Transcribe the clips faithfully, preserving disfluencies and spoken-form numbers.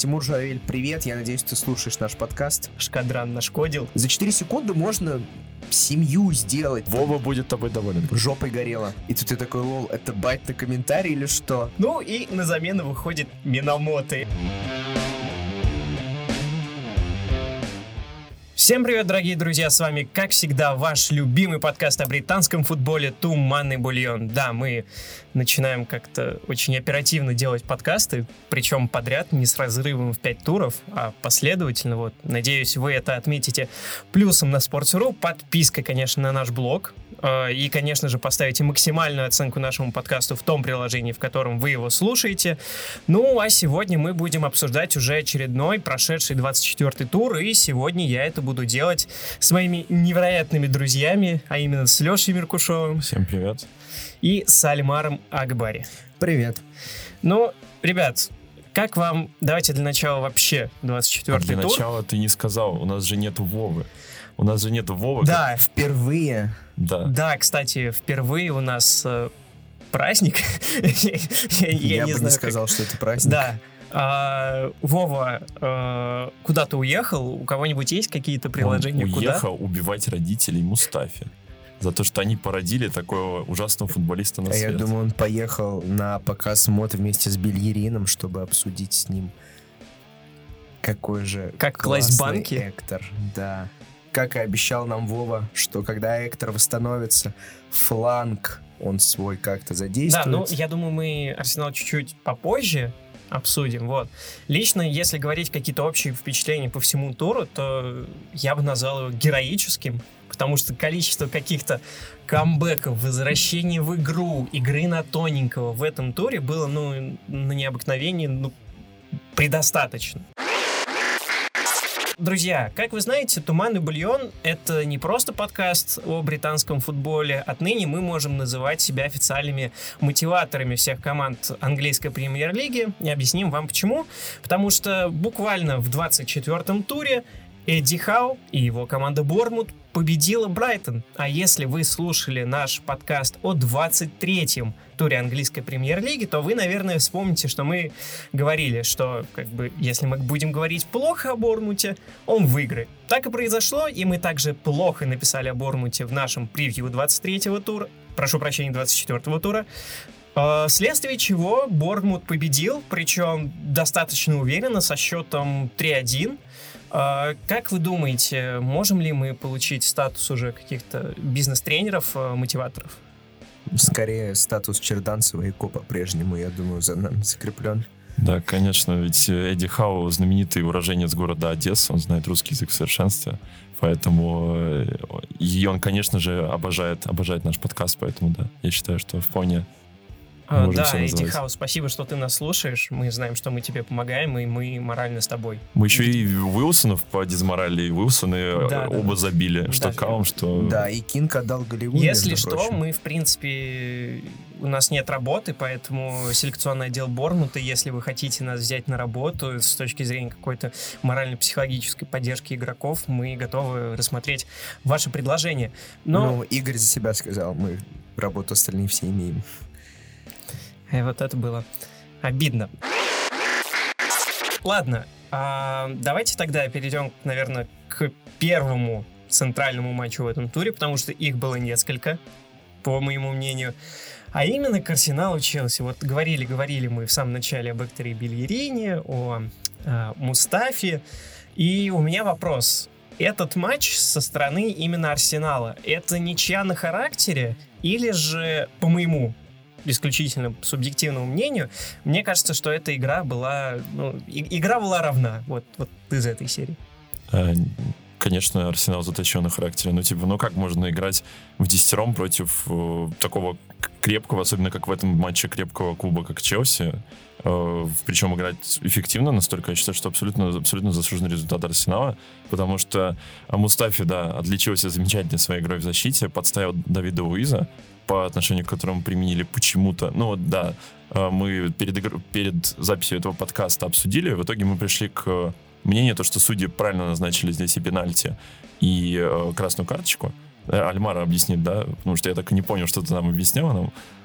Тимур Журавель, привет, я надеюсь, ты слушаешь наш подкаст. Шкадран нашкодил. За четыре секунды можно семью сделать. Вова будет тобой доволен. Жопой горело. И тут я такой, лол, это бать на комментарий или что? Ну и на замену выходит Минамоты. Всем привет, дорогие друзья, с вами, как всегда, ваш любимый подкаст о британском футболе «Туманный бульон». Да, мы начинаем как-то очень оперативно делать подкасты, причем подряд, не с разрывом в пять туров, а последовательно. Вот, надеюсь, вы это отметите плюсом на Sports.ru, подпиской, конечно, на наш блог. И, конечно же, поставите максимальную оценку нашему подкасту в том приложении, в котором вы его слушаете. Ну, а сегодня мы будем обсуждать уже очередной прошедший двадцать четвёртый тур, и сегодня я это буду делать с моими невероятными друзьями, а именно с Лешей Меркушевым. Всем привет. И с Альмаром Акбари. Привет. Ну, ребят, как вам, давайте для начала вообще двадцать четвёртый а для тур. Для начала ты не сказал, у нас же нету Вовы. У нас же нету Вовы. Да, как... впервые. Да. Да, кстати, впервые у нас э, праздник. я я не бы знаю, не сказал, как... что это праздник. Да. А, Вова а, куда-то уехал. У кого-нибудь есть какие-то приложения? Он уехал куда? убивать родителей Мустафи за то, что они породили такого ужасного футболиста на а свет. Я думаю, он поехал на показ мод вместе с Бельерином, чтобы обсудить с ним, какой же как классный банки? Эктор. Да. Как и обещал нам Вова, что когда Эктор восстановится, фланг он свой как-то задействует. Да, ну я думаю, мы Арсенал чуть-чуть попозже обсудим. Вот. Лично, если говорить какие-то общие впечатления по всему туру, то я бы назвал его героическим, потому что количество каких-то камбэков, возвращений в игру, игры на тоненького в этом туре было, ну, на необыкновение, ну, предостаточно. Друзья, как вы знаете, «Туманный бульон» — это не просто подкаст о британском футболе. Отныне мы можем называть себя официальными мотиваторами всех команд английской премьер-лиги. И объясним вам почему. Потому что буквально в двадцать четвёртом туре Эдди Хау и его команда Борнмут победила Брайтон. А если вы слушали наш подкаст о двадцать третьем туре английской премьер-лиги, то вы, наверное, вспомните, что мы говорили, что как бы, если мы будем говорить плохо о Борнмуте, он выиграет. Так и произошло, и мы также плохо написали о Борнмуте в нашем превью двадцать третьего тура, прошу прощения, двадцать четвёртого тура, вследствие чего Борнмут победил, причем достаточно уверенно, со счетом три один. Как вы думаете, можем ли мы получить статус уже каких-то бизнес-тренеров, мотиваторов? Скорее, статус Черданцева и Ко по-прежнему, я думаю, за нами закреплен. Да, конечно, ведь Эдди Хау знаменитый уроженец города Одесса, он знает русский язык в совершенстве, поэтому и он, конечно же, обожает, обожает наш подкаст, поэтому да, я считаю, что вполне... А, да, Эдди Хау, спасибо, что ты нас слушаешь. Мы знаем, что мы тебе помогаем, и мы морально с тобой. Мы еще и Уилсонов по дизморали, и Уилсоны да, оба да. забили. Да, что Каум, что... Да, и Кинг отдал голевую. Если что, прочим. мы, в принципе, у нас нет работы, поэтому селекционный отдел Борнмута, если вы хотите нас взять на работу с точки зрения какой-то морально-психологической поддержки игроков, мы готовы рассмотреть ваше предложение. Но... Ну, Игорь за себя сказал, мы работу остальные все имеем. И вот это было обидно. Ладно, а давайте тогда перейдем, наверное, к первому центральному матчу в этом туре, потому что их было несколько, по моему мнению. А именно к Арсеналу Челси. Вот говорили-говорили мы в самом начале об Экторе Бельерине, о э, Мустафе. И у меня вопрос. Этот матч со стороны именно Арсенала, это ничья на характере или же, по моему исключительно субъективному мнению, мне кажется, что эта игра была, ну, и, игра была равна, вот, вот из этой серии. Конечно, Арсенал затащен на характере, ну, типа, ну, как можно играть в десятером против э, такого крепкого, особенно как в этом матче крепкого клуба, как Челси, э, причем играть эффективно настолько, я считаю, что абсолютно, абсолютно заслуженный результат Арсенала, потому что Мустафи, да, отличился замечательной своей игрой в защите, подставил Давида Луиза, по отношению к которому применили почему-то. Ну, да, мы перед, игр... перед записью этого подкаста обсудили, в итоге мы пришли к мнению, то, что судьи правильно назначили здесь и пенальти, и э, красную карточку. Альмара объяснит, да, потому что я так и не понял, что ты нам объясняла нам.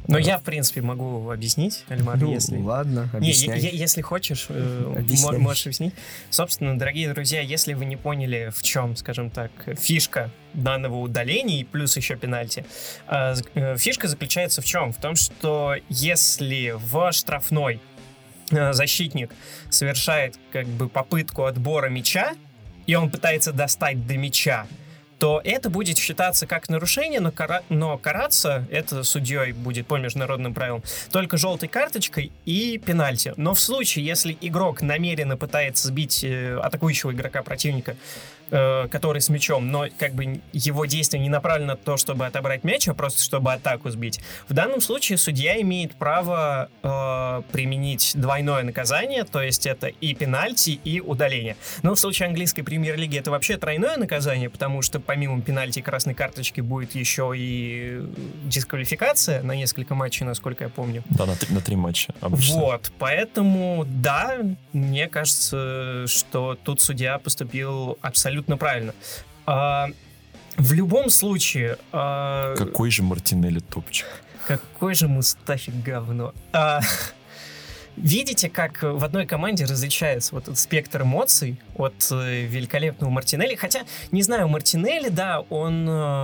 Но я, в принципе, могу объяснить, Альмар, Ну, если... ладно, Не, объясняй. е- е- если хочешь, э, Объясняй. мо- можешь объяснить. Собственно, дорогие друзья, если вы не поняли, в чем, скажем так, фишка данного удаления и плюс еще пенальти, э, з- э, фишка заключается в чем? В том, что если в штрафной э, защитник совершает как бы попытку отбора мяча, и он пытается достать до мяча, то это будет считаться как нарушение, но, кара... но караться это судьей будет по международным правилам только желтой карточкой и пенальти. Но в случае, если игрок намеренно пытается сбить э, атакующего игрока противника, э, который с мячом, но как бы его действие не направлено на то, чтобы отобрать мяч, а просто чтобы атаку сбить, в данном случае судья имеет право э, применить двойное наказание, то есть это и пенальти, и удаление. Но в случае английской премьер-лиги это вообще тройное наказание, потому что помимо пенальти и красной карточки будет еще и дисквалификация на несколько матчей, насколько я помню. Да, на три, на три матча обычно. Вот, поэтому, да, мне кажется, что тут судья поступил абсолютно правильно. А, в любом случае... а, Какой же Мартинелли топчик. Какой же Мустафи говно. А, видите, как в одной команде различается вот этот спектр эмоций от э, великолепного Мартинелли. Хотя, не знаю, Мартинелли, да, он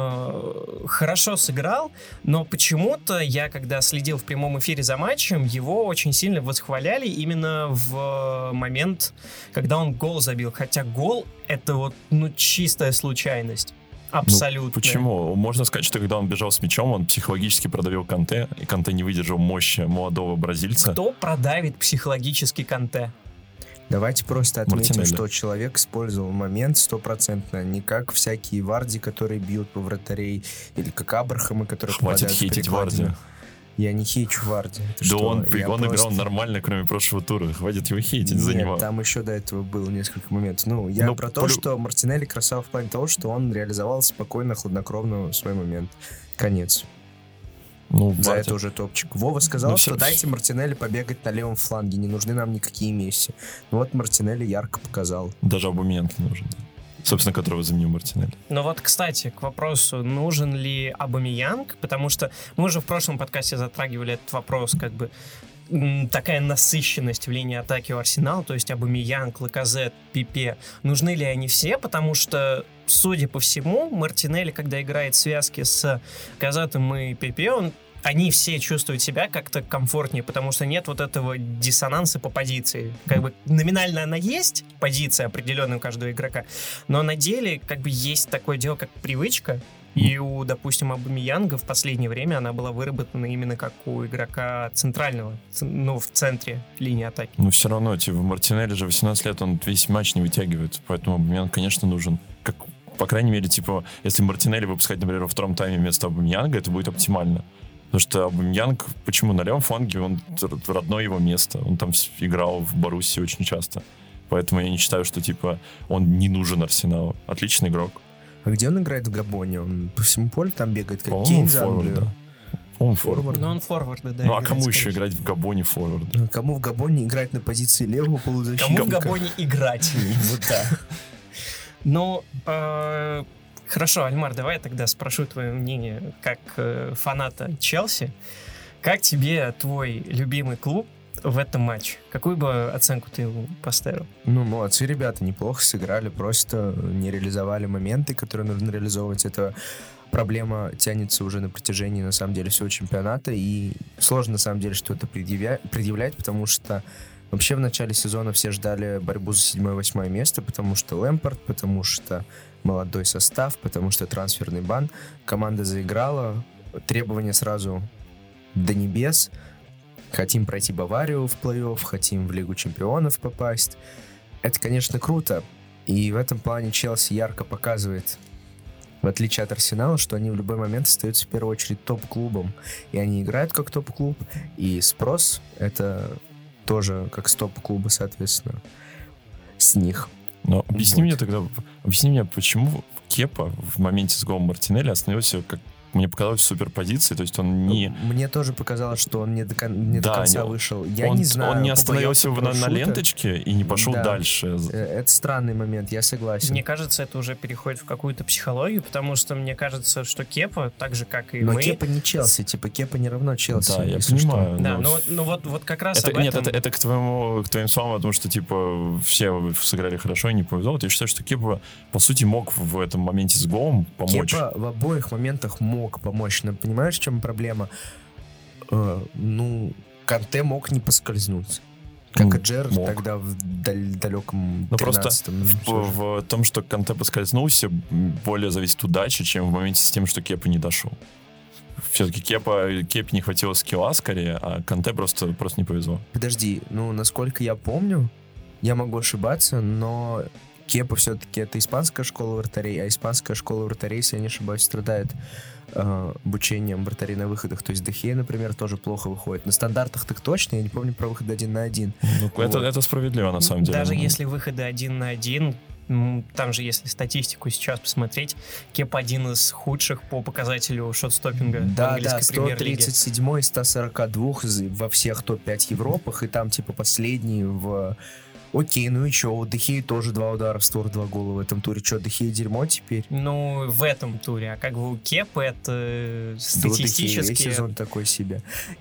э, хорошо сыграл, но почему-то я, когда следил в прямом эфире за матчем, его очень сильно восхваляли именно в момент, когда он гол забил. Хотя гол — это вот, ну, чистая случайность. Абсолютно. Ну, почему? Можно сказать, что когда он бежал с мячом, он психологически продавил Канте, и Канте не выдержал мощи молодого бразильца. Кто продавит психологически Канте? Давайте просто отметим, Мартинелли. что человек использовал момент стопроцентно, не как всякие Варди, которые бьют по вратарей, или как Абрахамы, которые Хватит попадают в хейтить перекладину. Варди. Я не хейчу Варди. Это Да что? он, Я он просто- играл нормально, кроме прошлого тура. Хватит его хейтить за Нет, него. там еще до этого было несколько моментов. Ну, я Ну, про то, полю- что Мартинелли красава в плане того, что он реализовал спокойно, хладнокровно свой момент. Конец. Ну, За Варди- это уже топчик. Вова сказал, Ну, что всё- дайте Мартинелли побегать на левом фланге, не нужны нам никакие Месси. Ну вот Мартинелли ярко показал. Даже Абамейянг не нужен. Собственно, которого заменил Мартинелли. Ну вот, кстати, к вопросу, нужен ли Абамейянг, потому что мы уже в прошлом подкасте затрагивали этот вопрос, как бы м, такая насыщенность в линии атаки у Арсенала, то есть Абамейянг, Лаказет, Пипе, нужны ли они все, потому что, судя по всему, Мартинелли, когда играет в связке с Казетом и Пипе, он они все чувствуют себя как-то комфортнее, потому что нет вот этого диссонанса по позиции. Как бы номинально она есть, позиция определенная у каждого игрока, но на деле как бы есть такое дело, как привычка, и у, допустим, Абамейянга в последнее время она была выработана именно как у игрока центрального, ц- ну, в центре линии атаки. Но все равно, типа, Мартинелли же восемнадцать лет, он весь матч не вытягивает, поэтому Абамейянг, конечно, нужен. Как, по крайней мере, типа, если Мартинелли выпускать, например, во втором тайме вместо Абамейянга, это будет оптимально. Потому что Абамейянг, почему на левом фланге, он родное его место. Он там с- играл в Боруссии очень часто. Поэтому я не считаю, что, типа, он не нужен Арсеналу. Отличный игрок. А где он играет в Габоне? Он по всему полю там бегает, как По-моему, Кейн за форвард, Англию. да. Он форвард. Но он форварда, да. Ну а играет, кому скорее еще всего. играть в Габоне форварда? Ну, кому в Габоне играть на позиции левого полузащитника? Кому в Габоне играть? Вот да. Ну, э, хорошо, Альмар, давай я тогда спрошу твое мнение как э, фаната Челси. Как тебе твой любимый клуб в этом матче? Какую бы оценку ты ему поставил? Ну, молодцы ребята, неплохо сыграли, просто не реализовали моменты, которые нужно реализовывать. Это проблема тянется уже на протяжении, на самом деле, всего чемпионата, и сложно, на самом деле, что-то предъявя- предъявлять, потому что вообще в начале сезона все ждали борьбу за седьмое-восьмое место, потому что Лэмпард, потому что молодой состав, потому что трансферный бан. Команда заиграла, требования сразу до небес. Хотим пройти Баварию в плей-офф, хотим в Лигу чемпионов попасть. Это, конечно, круто. И в этом плане Челси ярко показывает, в отличие от Арсенала, что они в любой момент остаются в первую очередь топ-клубом. И они играют как топ-клуб, и спрос — это тоже как с топ-клуба, соответственно, с них. Но объясни Вот. мне тогда, объясни мне, почему Кепа в моменте с голом Мартинелли остановился как мне показалось, в суперпозиции, то есть он не... Мне тоже показалось, что он не до, кон... не да, до конца не... вышел. Я он, не знаю. Он не остановился на, на ленточке и не пошел да. дальше. Это странный момент, я согласен. Мне кажется, это уже переходит в какую-то психологию, потому что мне кажется, что Кепа, так же, как и Но мы... Но Кепа не Челси, типа Кепа не равно Челси. Да, я понимаю. Да, ну, ну вот, вот как раз это, об этом... Нет, это, это к, твоему, к твоим словам, потому что, типа, все сыграли хорошо и не повезло. Вот я считаю, что Кепа, по сути, мог в этом моменте с голом помочь. Кепа в обоих моментах мог помочь, но понимаешь, в чем проблема? Э, ну, Канте мог не поскользнуться. Как и Джерард тогда в даль- далеком ну, тринадцатом. Ну, просто в, в том, что Канте поскользнулся, более зависит удача, чем в моменте с тем, что Кепа не дошел. Все-таки Кепа, Кепе не хватило скилла скорее, а Канте просто, просто не повезло. Подожди, ну, насколько я помню, я могу ошибаться, но Кепа все-таки это испанская школа вратарей, а испанская школа вратарей, если я не ошибаюсь, страдает э, обучением вратарей на выходах. То есть Де Хея, например, тоже плохо выходит. На стандартах так точно, я не помню про выход один на один. Ну, вот. это, это справедливо, на самом деле. Даже если выходы один на один, там же, если статистику сейчас посмотреть, Кепа один из худших по показателю шот-стоппинга да, в английской да, премьер-лиге. сто тридцать семь из ста сорока двух во всех топ пять Европах, и там типа последний в... Окей, ну и чё, у Де Хеи тоже два удара в створ, два гола в этом туре. Чё, Де Хея дерьмо теперь? Ну, в этом туре, а как бы у Кепы это статистически... Да, весь сезон такой себе.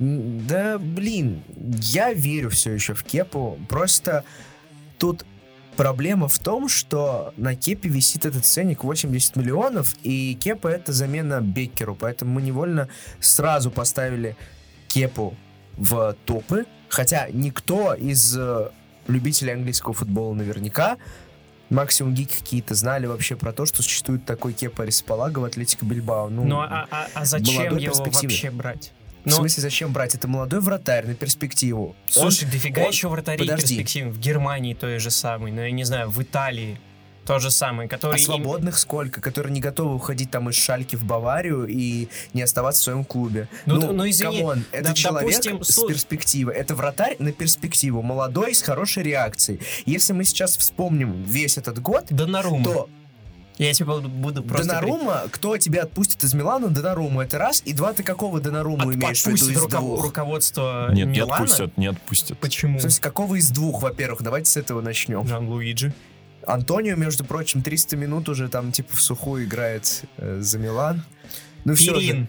Да, блин, я верю все еще в Кепу, просто тут проблема в том, что на Кепе висит этот ценник восемьдесят миллионов, и Кепа — это замена Беккеру, поэтому мы невольно сразу поставили Кепу в топы, хотя никто из любителей английского футбола наверняка, максимум гики какие-то, знали вообще про то, что существует такой Кепа Арриспалага в Атлетико Бильбао. Ну, ну а, а, а зачем его вообще брать? В Но... смысле, зачем брать? Это молодой вратарь на перспективу. Слушай, он, дофига он... еще вратарей Подожди. перспективных. В Германии той же самый, ну, я не знаю, в Италии то же самое. Которые а свободных им... сколько? Которые не готовы уходить там из Шальки в Баварию и не оставаться в своем клубе. Ну, ну, ну извини. Камон, это да, человек допустим, с перспективы. Это вратарь на перспективу. Молодой, с хорошей реакцией. Если мы сейчас вспомним весь этот год, Донарума. то... Я тебе буду просто... Донарума, при... кто тебя отпустит из Милана? Донарума, это раз. И два, ты какого Донаруму От, имеешь в виду из руко- двух? руководство Нет, Милана? не отпустят, не отпустят. Почему? В смысле, какого из двух, во-первых? Давайте с этого начнем. Жан-Луиджи. Антонио, между прочим, триста минут уже там типа в сухую играет э, за Милан. Ну все же.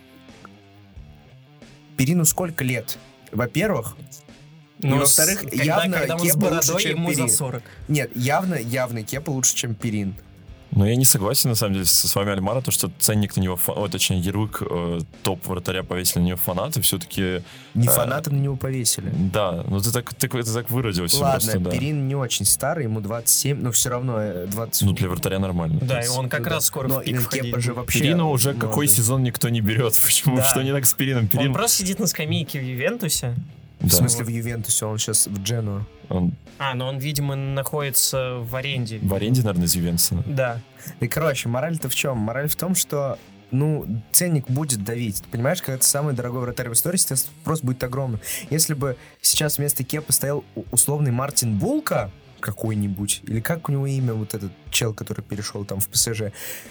Перину сколько лет? Во-первых, ну, и во-вторых, когда, явно когда Кепа лучше, чем ему Перин. За сорок. Нет, явно, явно Кепа лучше, чем Перин. Но я не согласен, на самом деле, с, с вами, Альмара, то, что ценник на него, о, точнее, ярлык э, топ-вратаря повесили на него фанаты, все-таки... Не э, фанаты на него повесили. Да, ну ты так, ты, ты так выразился. Ладно, просто, да. Перин не очень старый, ему двадцать семь, но все равно двадцать... Ну, для вратаря нормально. Да, и он как ну, раз скоро но в пик Кепа же вообще... Перину уже молодой. Какой сезон никто не берет. Почему? Да. Что не так с Перином? Перин... Он просто сидит на скамейке в Ювентусе. В да. смысле в Ювентусе, он сейчас в Дженуа. Он... А, но он, видимо, находится в аренде. В аренде, наверное, из Ювентуса. Да. И, короче, мораль-то в чем? Мораль в том, что, ну, ценник будет давить. Ты понимаешь, когда ты самый дорогой вратарь в истории, сейчас просто будет огромный. Если бы сейчас вместо Кепа стоял условный Мартин Булка какой-нибудь, или как у него имя, вот этот чел, который перешел там в ПСЖ,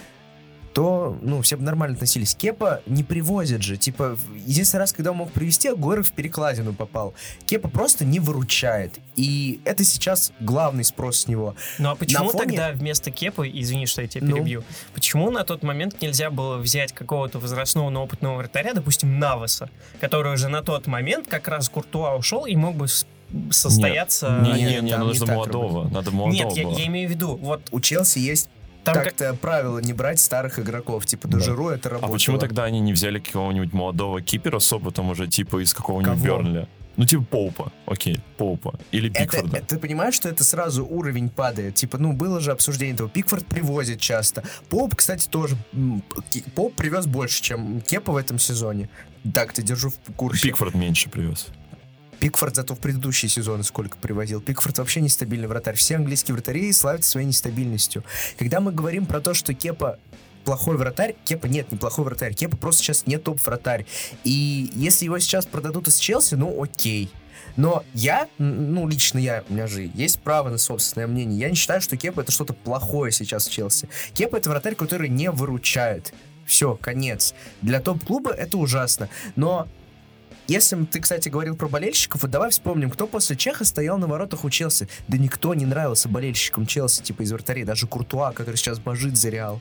то, ну, все бы нормально относились. Кепа не привозят же. Типа, единственный раз, когда он мог привезти, Агуэро в перекладину попал. Кепа просто не выручает. И это сейчас главный спрос с него. Ну, а почему фоне... тогда вместо Кепы, извини, что я тебя ну... перебью, почему на тот момент нельзя было взять какого-то возрастного, но опытного вратаря, допустим, Наваса, который уже на тот момент как раз Куртуа ушел и мог бы состояться... Не, не, не, не нужно не молодого. Надо молодого. Нет, я, я имею в виду, вот... У Челси есть Там как-то как... правило не брать старых игроков, типа Дожиру, да. Это работало. А почему тогда они не взяли какого-нибудь молодого кипера с опытом уже, типа из какого-нибудь Бернли? Ну, типа Поупа, окей, Поупа. Или Пикфорда. Это, это, ты понимаешь, что это сразу уровень падает? Типа, ну, было же обсуждение этого. Пикфорд привозит часто. Поуп, кстати, тоже. Поуп привез больше, чем Кепа в этом сезоне. Так-то держу в курсе. Пикфорд меньше привез. Пикфорд зато в предыдущие сезоны сколько привозил. Пикфорд вообще нестабильный вратарь. Все английские вратари славятся своей нестабильностью. Когда мы говорим про то, что Кепа плохой вратарь, Кепа нет, не плохой вратарь. Кепа просто сейчас не топ-вратарь. И если его сейчас продадут из Челси, ну окей. Но я, ну лично я, у меня же есть право на собственное мнение. Я не считаю, что Кепа это что-то плохое сейчас в Челси. Кепа это вратарь, который не выручает. Все, конец. Для топ-клуба это ужасно. Но если ты, кстати, говорил про болельщиков, вот давай вспомним, кто после Чеха стоял на воротах у Челси. Да никто не нравился болельщикам Челси, типа из вратарей. Даже Куртуа, который сейчас божит за Реал.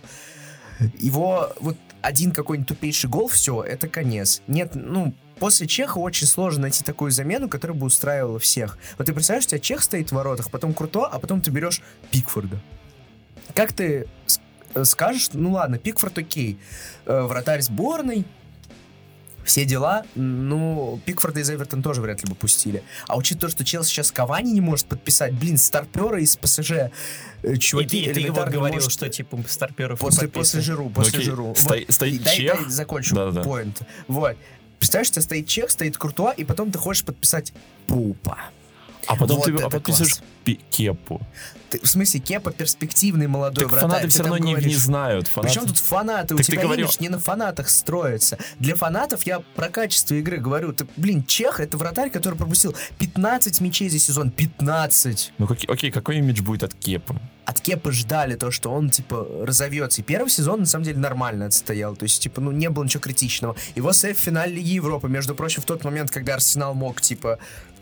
Его вот один какой-нибудь тупейший гол, все, это конец. Нет, ну, после Чеха очень сложно найти такую замену, которая бы устраивала всех. Вот ты представляешь, у тебя Чех стоит в воротах, потом Куртуа, а потом ты берешь Пикфорда. Как ты скажешь, ну ладно, Пикфорд окей, вратарь сборной, все дела, ну, Пикфорда из Эвертона тоже вряд ли бы пустили. А учитывая то, что Челси сейчас Кавани не может подписать, блин, старпера из ПСЖ, чуваки, и ты, и ты вот говорил, может, что типа старперов после, после Жиру, после ну, Жиру. Сто, вот, стоит дай, Чех. Дай закончу Да-да-да. поинт. Вот. Представляешь, у тебя стоит Чех, стоит Куртуа, и потом ты хочешь подписать Пупа. А потом вот ты а подписываешь пи- Кепу. Ты, в смысле, Кепа перспективный молодой так вратарь. Фанаты все равно не, не знают. Фанаты... Причем тут фанаты? Так у тебя говорил... имидж не на фанатах строится. Для фанатов я про качество игры говорю. Ты, блин, Чех — это вратарь, который пропустил пятнадцать мячей за сезон. пятнадцать! Ну, как, окей, какой имидж будет от Кепы? От Кепы ждали то, что он, типа, разовьется. И первый сезон, на самом деле, нормально отстоял. То есть, типа, ну, не было ничего критичного. Его сейв в финале Лиги Европы, между прочим, в тот момент, когда Арсенал мог, типа,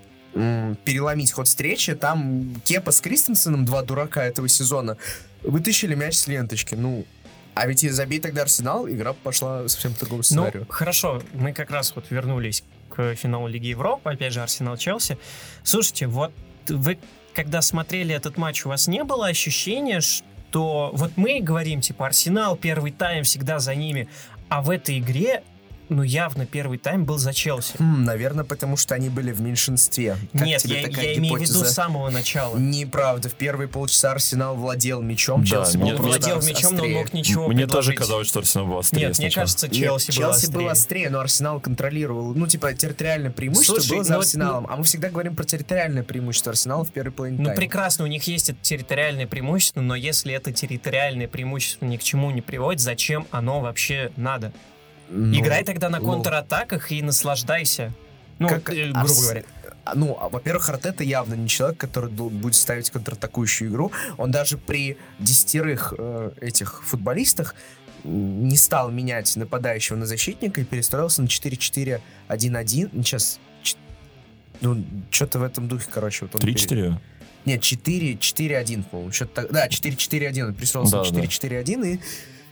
м- переломить ход встречи, там Кепа с Кристенсеном, два дурака этого сезона, вытащили мяч с ленточки. Ну, а ведь и забей тогда Арсенал, игра пошла совсем по другому сценарию. Ну, хорошо, мы как раз вот вернулись к финалу Лиги Европы, опять же, Арсенал-Челси. Слушайте, вот вы... Когда смотрели этот матч, у вас не было ощущения, что вот мы говорим, типа, Арсенал, первый тайм всегда за ними, а в этой игре, ну, явно первый тайм был за Челси. Хм, наверное, потому что они были в меньшинстве. Как Нет, тебе я, такая я имею в виду гипотеза? с самого начала. Неправда. В первые полчаса Арсенал владел мячом, Да, Челси мне- был мне- просто Владел мячом, но он острее. мог ничего Мне предложить. тоже казалось, что Арсенал был острее Нет, мне сначала. кажется, Нет, Челси, был Челси острее. был острее, но Арсенал контролировал. Ну, типа, территориальное преимущество Слушай, было за ну вот, Арсеналом. А мы всегда говорим про территориальное преимущество Арсенала в первой половине Ну, тайма. прекрасно, у них есть это территориальное преимущество, но если это территориальное преимущество ни к чему не приводит, зачем оно вообще надо? Ну, Играй тогда на ну, контратаках и наслаждайся. Ну, как э, грубо Арс- говоря. а, Ну, а, во-первых, Артета явно не человек, который ду- будет ставить контратакующую игру. Он даже при десятерых э, этих футболистах м, не стал менять нападающего на защитника и перестроился на четыре четыре один один. Сейчас, ч- ну, что-то в этом духе, короче. Вот он пере- три-четыре? Нет, четыре четыре один, по-моему. Что-то так... Да, четыре четыре один. Он перестроился Да, на да. четыре четыре один и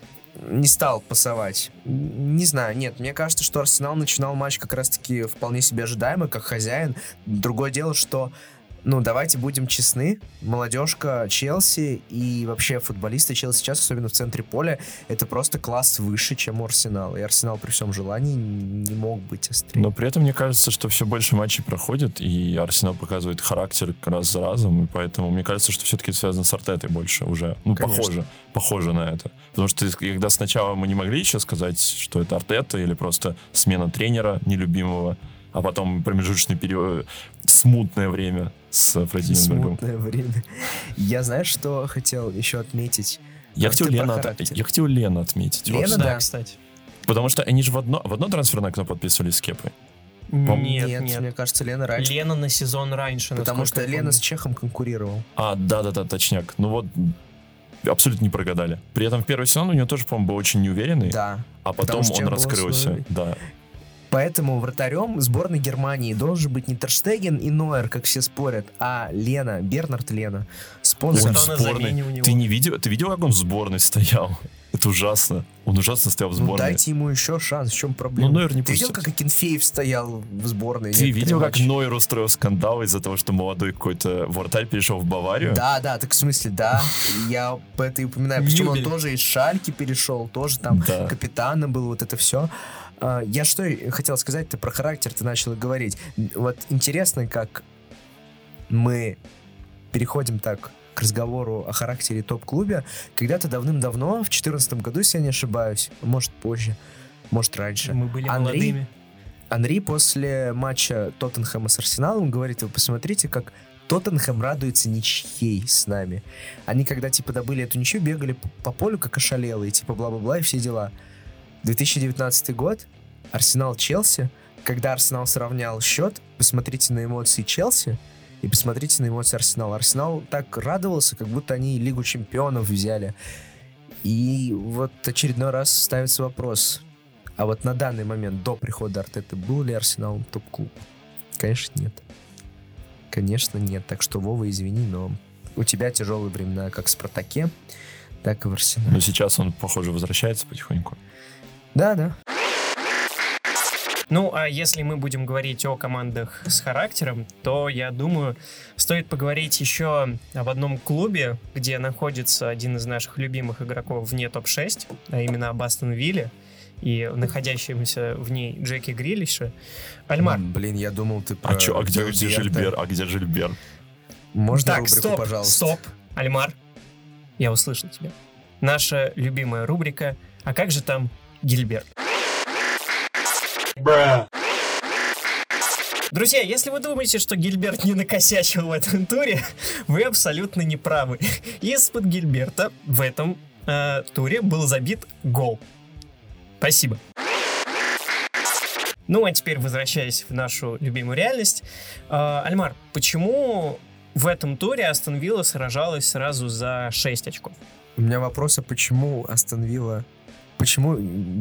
не стал пасовать. Не знаю, нет, мне кажется, что Арсенал начинал матч как раз-таки вполне себе ожидаемо, как хозяин. Другое дело, что, ну, давайте будем честны, молодежка Челси и вообще футболисты Челси сейчас, особенно в центре поля, это просто класс выше, чем у Арсенала. И Арсенал при всем желании не мог быть острее. Но при этом мне кажется, что все больше матчей проходит, и Арсенал показывает характер раз за разом, и поэтому мне кажется, что все-таки это связано с Артетой больше уже. Ну, Конечно. похоже. Похоже на это. Потому что когда сначала мы не могли еще сказать, что это Артета или просто смена тренера нелюбимого, а потом промежуточный период, смутное время с Фредди Мингом. Смутное время. Я, знаешь, что хотел еще отметить? Я Просто хотел, про Лена, от- характер. я хотел Лена отметить. Лена, вот. да. Да, кстати. Потому что они же в одно, в одно трансферное окно подписывались с Кепой. Нет, нет. мне кажется, Лена раньше. Лена на сезон раньше. Потому что насколько я Лена помню. с Чехом конкурировал. А, да-да-да, точняк. Ну вот, абсолютно не прогадали. При этом в первый сезон у него тоже, по-моему, был очень неуверенный, Да. а потому потом что он Чех был раскрылся. свой. Да. Поэтому вратарем сборной Германии должен быть не Тер Штеген и Нойер, как все спорят, а Лена, Бернард Лена. Спонсор. Он в Кто на сборной. замене у него? Ты не видел, ты видел, как он в сборной стоял? Это ужасно. Он ужасно стоял в Ну, сборной. дайте ему еще шанс, в чем проблема? Ну, Нойер не Ты видел, пустят. как Акинфеев стоял в сборной? Ты некоторые видел, как матчи? Нойер устроил скандал из-за того, что молодой какой-то вратарь перешел в Баварию? Да, да, так в смысле, да. Я по это и упоминаю. Причем он Нюбель. тоже из Шальки перешел, тоже там Да. капитаном был, вот это все. Я что хотел сказать, ты про характер ты начал говорить. Вот интересно, как мы переходим так к разговору о характере топ-клубе. Когда-то давным-давно, в две тысячи четырнадцатом году, если я не ошибаюсь, может позже, может раньше, Мы были Анри- молодыми. Анри после матча Тоттенхэма с Арсеналом говорит: вы посмотрите, как Тоттенхэм радуется ничьей с нами. Они когда типа добыли эту ничью, бегали по, по полю как ошалелые, типа бла-бла-бла и все дела. две тысячи девятнадцатый год, Арсенал-Челси. Когда Арсенал сравнял счет, посмотрите на эмоции Челси и посмотрите на эмоции Арсенала. Арсенал так радовался, как будто они Лигу Чемпионов взяли. И вот очередной раз ставится вопрос, а вот на данный момент, до прихода Артеты, был ли Арсенал топ-клуб? Конечно, нет. Конечно, нет. Так что, Вова, извини, но у тебя тяжелые времена как в «Спартаке», так и в «Арсенале». Но сейчас он, похоже, возвращается потихоньку. Да, да. Ну, а если мы будем говорить о командах с характером, то, я думаю, стоит поговорить еще об одном клубе, где находится один из наших любимых игроков вне топ шесть, а именно об Астон Вилле и находящемся в ней Джеки Грилише. Альмар. Блин, я думал, ты про... А, чё, а где, где Жильбер? А где Жильбер? Можно так, рубрику, стоп, пожалуйста? стоп, Альмар. Я услышал тебя. Наша любимая рубрика «А как же там Гильберт?» Бра. Друзья, если вы думаете, что Гильберт не накосячил в этом туре, вы абсолютно не правы. Из-под Гильберта в этом э, туре был забит гол. Спасибо. Ну, а теперь, возвращаясь в нашу любимую реальность, э, Альмар, почему в этом туре Астон Вилла сражалась сразу за шесть очков? У меня вопрос, а почему Астон Вилла... Почему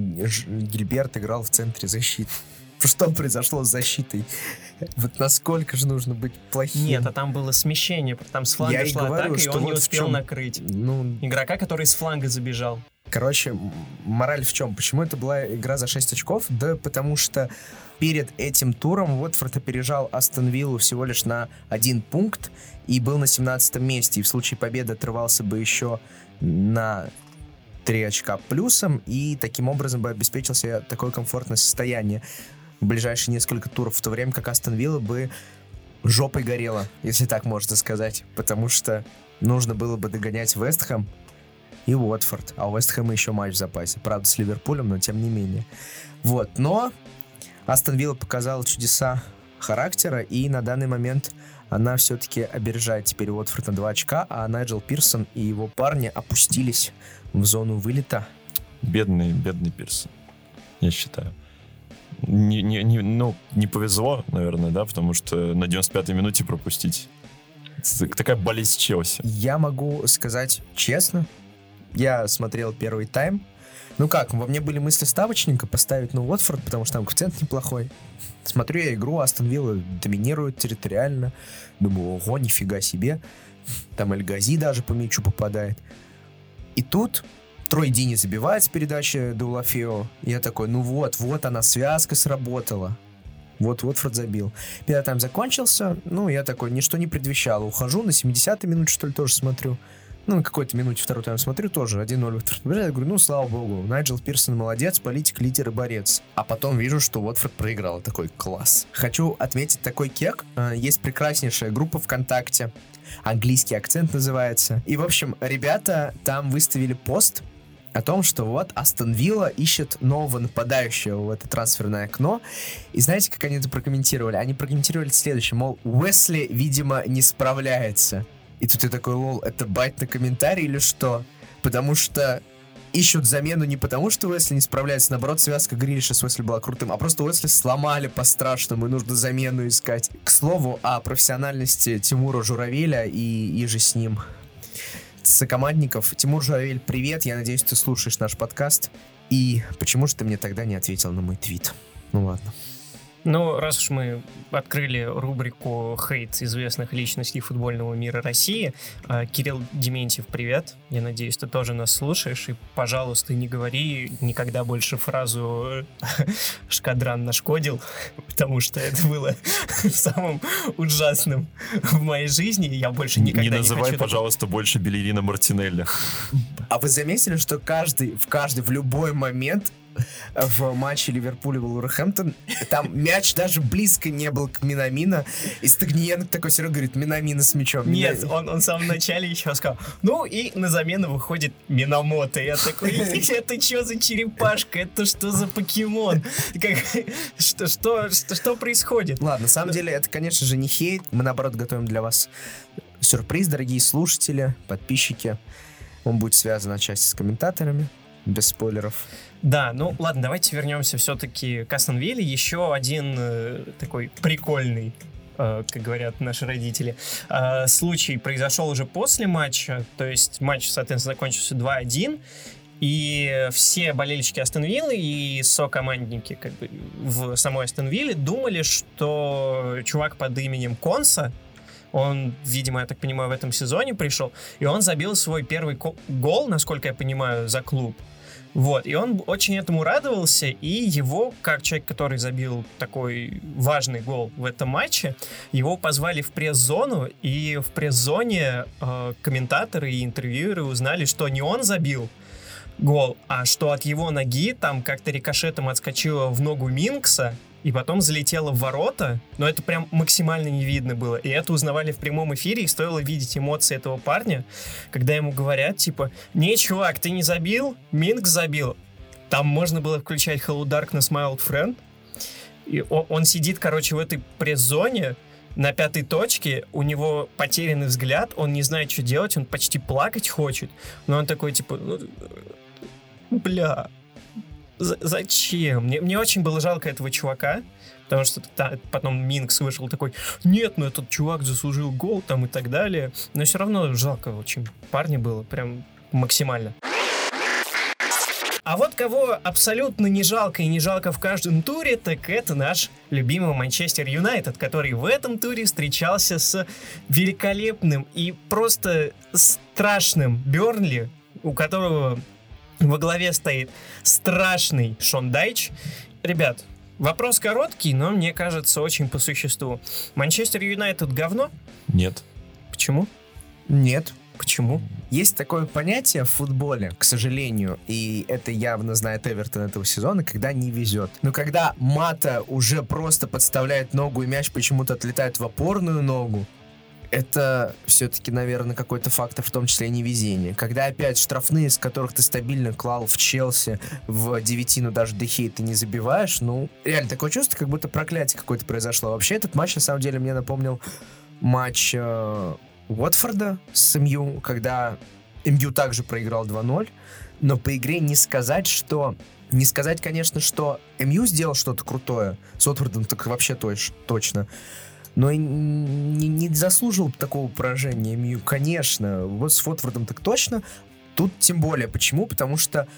Гильберт играл в центре защиты? Что произошло с защитой? Вот насколько же нужно быть плохим? Нет, а там было смещение, там с фланга Я и шла говорю, атака, и что он не вот в успел чем- накрыть Ну, игрока, который с фланга забежал. короче, м- мораль в чем? Почему это была игра за шесть очков? Да потому что перед этим туром Уотфорд опережал Астон Виллу всего лишь на один пункт и был на семнадцатом месте. И в случае победы отрывался бы еще на три очка плюсом, и таким образом бы обеспечил себе такое комфортное состояние в ближайшие несколько туров, в то время как Астон Вилла бы жопой горела, если так можно сказать, потому что нужно было бы догонять Вест Хэм и Уотфорд, а у Вест Хэма еще матч в запасе, правда с Ливерпулем, но тем не менее. Вот, но Астон Вилла показала чудеса характера, и на данный момент она все-таки опережает теперь Уотфорд на два очка, а Найджел Пирсон и его парни опустились в зону вылета. Бедный, бедный Пирсон, я считаю. Не, не, не, ну, не повезло, наверное, да, потому что на девяносто пятой минуте пропустить. Это такая болезнь Челси. Я могу сказать честно, я смотрел первый тайм. Ну как, во мне были мысли ставочника поставить на Уотфорд, потому что там коэффициент неплохой. Смотрю я игру, Астон Вилла доминирует территориально. Думаю, ого, нифига себе. Там Эль Гази даже по мячу попадает. И тут Трой Дини забивает с передачи Деулафео. Я такой, ну вот, вот она, связка сработала. Вот Уотфорд забил. Первый тайм закончился. Ну, я такой, ничто не предвещало. Ухожу, на семидесятой минуте, что ли, тоже смотрю. Ну, на какой-то минуте второй тайм смотрю, тоже один ноль Уотфорд побеждает. Я говорю, ну, слава богу, Найджел Пирсон молодец, политик, лидер и борец. А потом вижу, что Уотфорд проиграл. Такой, класс. Хочу отметить такой кек. Есть прекраснейшая группа ВКонтакте. Английский акцент называется. И, в общем, ребята там выставили пост о том, что вот Астон Вилла ищет нового нападающего в это трансферное окно. И знаете, как они это прокомментировали? Они прокомментировали следующее, мол, Уэсли, видимо, не справляется. И тут я такой, лол, это байт на комментарий или что? Потому что ищут замену не потому, что Уэсли не справляется, наоборот, связка Грилиша с Уэсли была крутым, а просто Уэсли сломали по-страшному, и нужно замену искать. К слову, о профессиональности Тимура Журавеля и, и же с ним сокомандников. Тимур Журавель, привет, я надеюсь, ты слушаешь наш подкаст. И почему же ты мне тогда не ответил на мой твит? Ну ладно. Ну, раз уж мы открыли рубрику «Хейт известных личностей футбольного мира России», Кирилл Дементьев, привет. Я надеюсь, ты тоже нас слушаешь. И, пожалуйста, не говори никогда больше фразу «Шкадран нашкодил», потому что это было самым ужасным в моей жизни. Я больше никогда не, не называй, хочу... пожалуйста, больше Беллерина Мартинелли. А вы заметили, что каждый, в каждый, в любой момент в матче Ливерпуля Вулверхэмптон там мяч даже близко не был к Минамино, и Стагниенко такой все равно говорит, Минамино с мячом. Нет, он, он в самом начале еще сказал, ну и на замену выходит Минамото. Я такой, это что за черепашка, это что за покемон? Как, что, что, что, что происходит? Ладно, на самом деле это, конечно же, не хейт, мы наоборот готовим для вас сюрприз, дорогие слушатели, подписчики. Он будет связан отчасти с комментаторами, без спойлеров. Да, ну ладно, давайте вернемся все-таки к Астон Вилле. Еще один э, такой прикольный как говорят наши родители. Случай произошел уже после матча, то есть матч, соответственно, закончился два один, и все болельщики Астон Виллы и сокомандники как бы в самой Астон Вилле думали, что чувак под именем Конса, он, видимо, я так понимаю, в этом сезоне пришел, и он забил свой первый гол, насколько я понимаю, за клуб. Вот, и он очень этому радовался, и его, как человек, который забил такой важный гол в этом матче, его позвали в пресс-зону, и в пресс-зоне э, комментаторы и интервьюеры узнали, что не он забил гол, а что от его ноги там как-то рикошетом отскочила в ногу Минкса, и потом залетела в ворота, но это прям максимально не видно было. И это узнавали в прямом эфире, и стоило видеть эмоции этого парня, когда ему говорят, типа, не, чувак, ты не забил, Минкс забил. Там можно было включать Hello Darkness, My Old Friend. И он, он сидит, короче, в этой пресс-зоне, на пятой точке, у него потерянный взгляд, он не знает, что делать, он почти плакать хочет, но он такой, типа, ну, бля... Зачем? Мне, мне очень было жалко этого чувака, потому что та, потом Минкс вышел такой, нет, ну этот чувак заслужил гол там и так далее. Но все равно жалко очень парня было, прям максимально. А вот кого абсолютно не жалко и не жалко в каждом туре, так это наш любимый Манчестер Юнайтед, который в этом туре встречался с великолепным и просто страшным Бернли, у которого... во главе стоит страшный Шон Дайч. Ребят, вопрос короткий, но мне кажется очень по существу. Манчестер Юнайтед говно? Нет. Почему? Нет. Почему? Есть такое понятие в футболе, к сожалению, и это явно знает Эвертон этого сезона, когда не везет. Но когда Мата уже просто подставляет ногу, и мяч почему-то отлетает в опорную ногу, это все-таки, наверное, какой-то фактор, в том числе и невезение. Когда опять штрафные, с которых ты стабильно клал в Челси, в девятину даже Дехей ты не забиваешь, ну, реально такое чувство, как будто проклятие какое-то произошло. Вообще, этот матч, на самом деле, мне напомнил матч э, Уотфорда с МЮ, когда МЮ также проиграл два ноль, но по игре не сказать, что... Не сказать, конечно, что МЮ сделал что-то крутое, с Уотфордом так вообще точ- точно, но и не, не заслужил такого поражения МЮ, конечно. Вот с Уотфордом так точно. Тут тем более. Почему? Потому что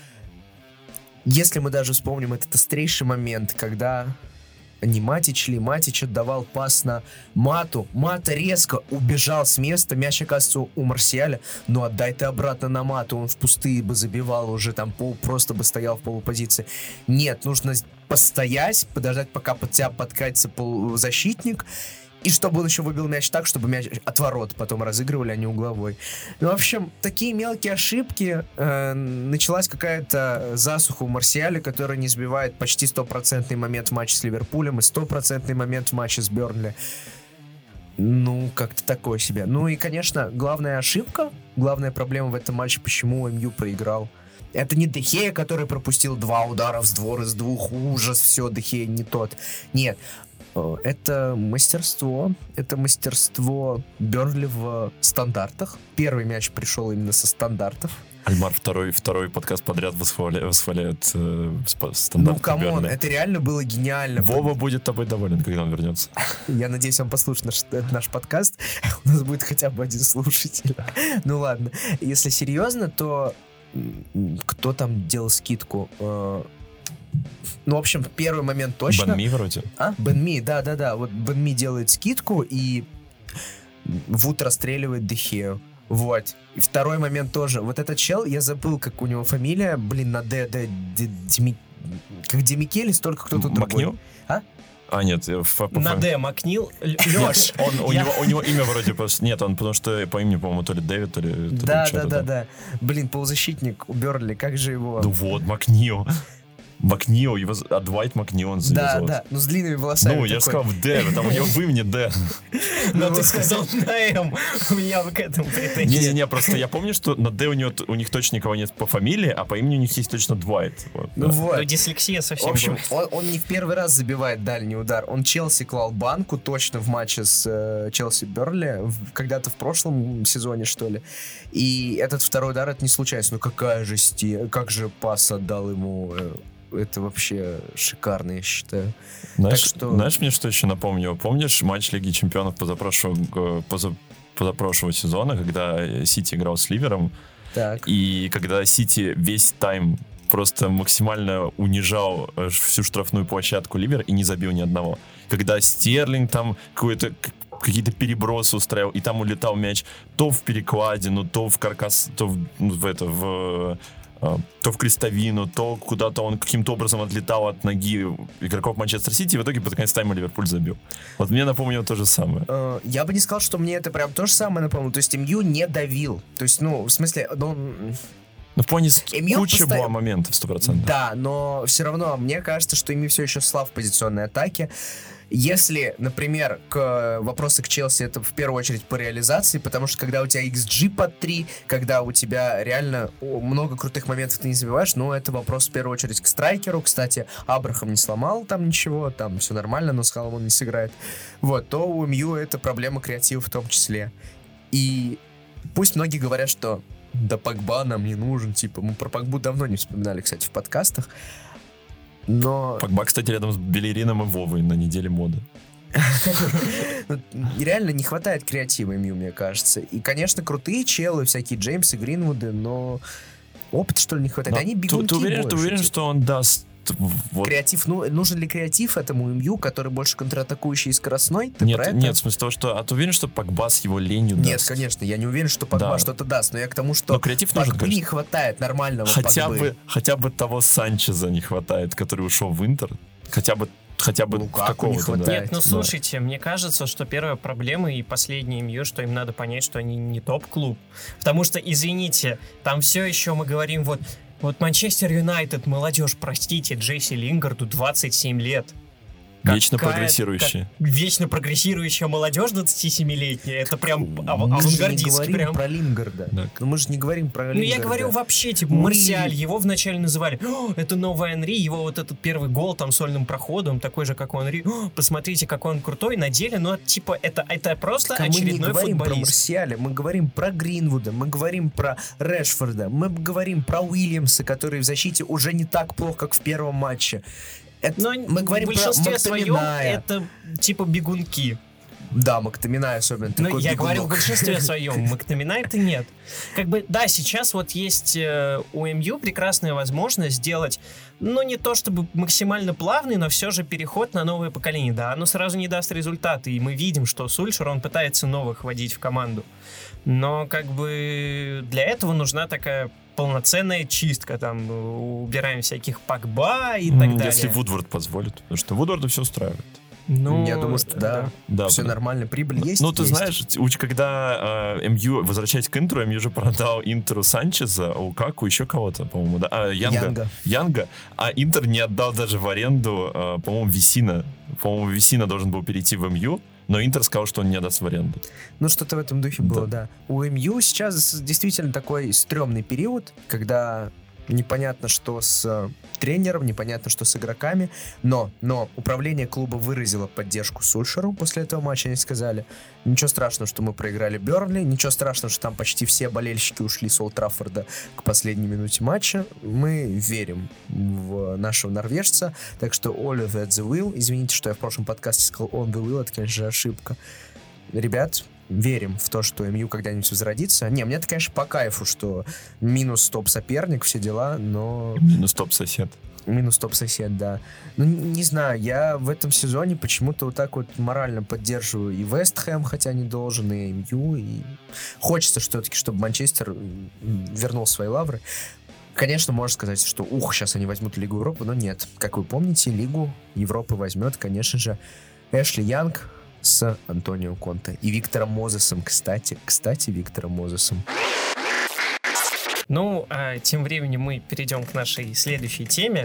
если мы даже вспомним этот острейший момент, когда не Матич ли, Матич отдавал пас на Мату, Мата резко убежал с места, мяч оказывается у Марсиаля, но отдай ты обратно на Мату, он в пустые бы забивал уже, там пол, просто бы стоял в полупозиции. Нет, нужно постоять, подождать, пока под тебя подкатится полузащитник, и чтобы он еще выбил мяч так, чтобы мяч от ворот потом разыгрывали, а не угловой. Ну, в общем, такие мелкие ошибки. Э, началась какая-то засуха у Марсиаля, которая не сбивает почти стопроцентный момент в матче с Ливерпулем и стопроцентный момент в матче с Бернли. Ну, как-то такое себе. Ну и, конечно, главная ошибка, главная проблема в этом матче, почему МЮ проиграл. Это не Де Геа, который пропустил два удара в створ из двух. Ужас, все, Де Геа не тот. Нет. Это мастерство, это мастерство Бернли в стандартах. Первый мяч пришел именно со стандартов. Альмар второй, второй подкаст подряд восхваля, восхваляет э, стандарты. Ну, камон, это реально было гениально. Вова будет тобой доволен, когда он вернется. Я надеюсь, он послушает наш, наш подкаст. У нас будет хотя бы один слушатель. Ну ладно, если серьезно, то кто там делал скидку? Ну, в общем, первый момент точно. Бен Ми вроде. А? Бен Ми, да-да-да. Вот Бен Ми делает скидку, и Вуд расстреливает Де Геу. Вот. И второй момент тоже. Вот этот чел, я забыл, как у него фамилия. Блин, на Д, Д, Д, Деми... Как Демикелис, только кто-то другой. Макнил? А? А, нет. На Д, Макнил. Лёш. У него имя вроде... Нет, он потому что по имени, по-моему, то ли Дэвид, то ли... Да-да-да. Блин, полузащитник у Бернли, как же его... Ну вот, Макнил. Макнио, его, а Двайт Макнио он Да, да, ну с длинными волосами. Ну, я сказал в Д, потому у него в имени Д. Но ты сказал на М, у меня к этому претензии. Не-не-не, просто я помню, что на Д у него у них точно никого нет по фамилии, а по имени у них есть точно Двайт. Ну вот. Дислексия совсем. В общем, он не в первый раз забивает дальний удар. Он Челси клал банку точно в матче с Челси Бернли, когда-то в прошлом сезоне, что ли. И этот второй удар, это не случайно. Ну какая же сте... как же пас отдал ему... это вообще шикарно, я считаю. Знаешь, так что... знаешь, мне что еще напомнил? Помнишь матч Лиги Чемпионов позапрошлого, поза, позапрошлого сезона, когда Сити играл с Ливером, так. и когда Сити весь тайм просто максимально унижал всю штрафную площадку Ливер и не забил ни одного. Когда Стерлинг там какой-то какие-то перебросы устраивал, и там улетал мяч то в перекладину, то в каркас, то в, в это, в, то в крестовину, то куда-то он каким-то образом отлетал от ноги игроков Манчестер Сити, и в итоге под конец тайма Ливерпуль забил. Вот мне напомнило то же самое. Я бы не сказал, что мне это прям то же самое напомнило. То есть МЮ не давил. То есть, ну, в смысле, ну... Ну, в плане куча постоянно... была моментов, сто процентов. Да, но все равно мне кажется, что ими все еще слаб в позиционной атаке. Если, например, к вопросы к Челси, это в первую очередь по реализации, потому что когда у тебя икс джи под три, когда у тебя реально много крутых моментов ты не забиваешь, ну, это вопрос в первую очередь к страйкеру. Кстати, Абрахам не сломал там ничего, там все нормально, но с Халлом он не сыграет. Вот, то у МЮ это проблема креатива в том числе. И пусть многие говорят, что да Погба нам не нужен, типа, мы про Погбу давно не вспоминали, кстати, в подкастах, но... Погба, кстати, рядом с Белерином и Вовой на неделе моды. Реально не хватает креатива МЮ, мне кажется. И, конечно, крутые челы, всякие Джеймсы, Гринвуды, но опыта, что ли, не хватает. Они бегунки ты уверен, больше. Ты уверен, что он даст... Вот. Креатив, ну, нужен ли креатив этому МЮ, который больше контратакующий и скоростной? Ты нет, нет, в смысле того, что... А ты уверен, что Погба с его ленью Нет, даст? конечно, я не уверен, что Погба да. что-то даст, но я к тому, что но креатив нужен, Погбы не хватает нормального хотя Погбы. Бы, хотя бы того Санчеза не хватает, который ушел в Интер. Хотя бы Хотя бы какого-то, не хватает. Да. Нет, ну слушайте, да. Мне кажется, что первая проблема и последняя МЮ, что им надо понять, что они не топ-клуб. Потому что, извините, там все еще мы говорим вот... Вот Манчестер Юнайтед, молодежь, простите, Джесси Лингарду двадцать семь лет. Вечно Какая, прогрессирующая. Вечно прогрессирующая молодежь двадцатисемилетняя. Это прям ав- мы авангардистский. Мы же не говорим прям. про Лингарда. Да. Но мы же не говорим про Лингарда. Ну я говорю вообще, типа, мы... Марсиаль, его вначале называли, это новый Анри, его вот этот первый гол там сольным проходом, такой же, как у Анри. Посмотрите, какой он крутой на деле, но типа это, это просто так очередной футболист. Мы не говорим футболист. про Марсиаля, мы говорим про Гринвуда, мы говорим про Решфорда, мы говорим про Уильямса, который в защите уже не так плохо, как в первом матче. Это, но мы говорим в большинстве своем это типа бегунки. Да, Мактаминай особенно. Ну, я бегунок. Говорю в большинстве своем. Мактаминай-то нет. Как бы, да, сейчас вот есть э, у МЮ прекрасная возможность сделать, ну, не то чтобы максимально плавный, но все же переход на новое поколение. Да, оно сразу не даст результаты. И мы видим, что Сульшер, он пытается новых вводить в команду. Но, как бы, для этого нужна такая полноценная чистка, там, убираем всяких Погба и так mm, далее. Если Вудворд позволит, потому что Вудворда все устраивает. Ну, я думаю, что да, да все да. нормально, прибыль есть. Ну, ты есть. знаешь, когда э, МЮ, возвращаясь к Интеру, МЮ же продал Интеру Санчеза, Лукаку, еще кого-то, по-моему, да, а, Янга, Янга. Янга, а Интер не отдал даже в аренду, э, по-моему, Весина. По-моему, Весина должен был перейти в МЮ, но Интер сказал, что он не отдаст в аренду. Ну, что-то в этом духе да. было, да. У МЮ сейчас действительно такой стрёмный период, когда непонятно, что с тренером, непонятно, что с игроками, но, но управление клуба выразило поддержку Сульшеру после этого матча, они сказали, ничего страшного, что мы проиграли Бернли, ничего страшного, что там почти все болельщики ушли с Олд Траффорда к последней минуте матча, мы верим в нашего норвежца, так что all of that the will, извините, что я в прошлом подкасте сказал on the will, это, конечно же, ошибка. Ребят, верим в то, что МЮ когда-нибудь возродится. Не, мне-то, конечно, по кайфу, что минус топ-соперник, все дела, но... Минус топ-сосед. Минус топ-сосед, да. Ну, не знаю, я в этом сезоне почему-то вот так вот морально поддерживаю и Вест Хэм, хотя не должен, и МЮ, и хочется все-таки, чтобы Манчестер вернул свои лавры. Конечно, можно сказать, что ух, сейчас они возьмут Лигу Европы, но нет. Как вы помните, Лигу Европы возьмет, конечно же, Эшли Янг с Антонио Конте и Виктором Мозесом, кстати, кстати, Виктором Мозесом. Ну, а тем временем мы перейдем к нашей следующей теме.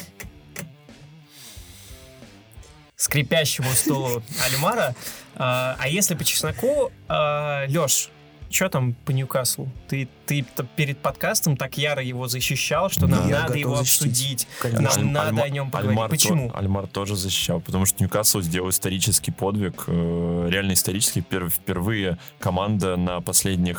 Скрипящему столу Альмара. А, а если по чесноку, а, Лёш, что там по Ньюкаслу? Ты, ты перед подкастом так яро его защищал, что нам Я надо его защитить. обсудить. Конечно. Нам Аль- надо Альма- о нем поговорить. Альмар Почему? То, Альмар тоже защищал, потому что Ньюкасл сделал исторический подвиг, э, реально исторический. Впервые команда на последних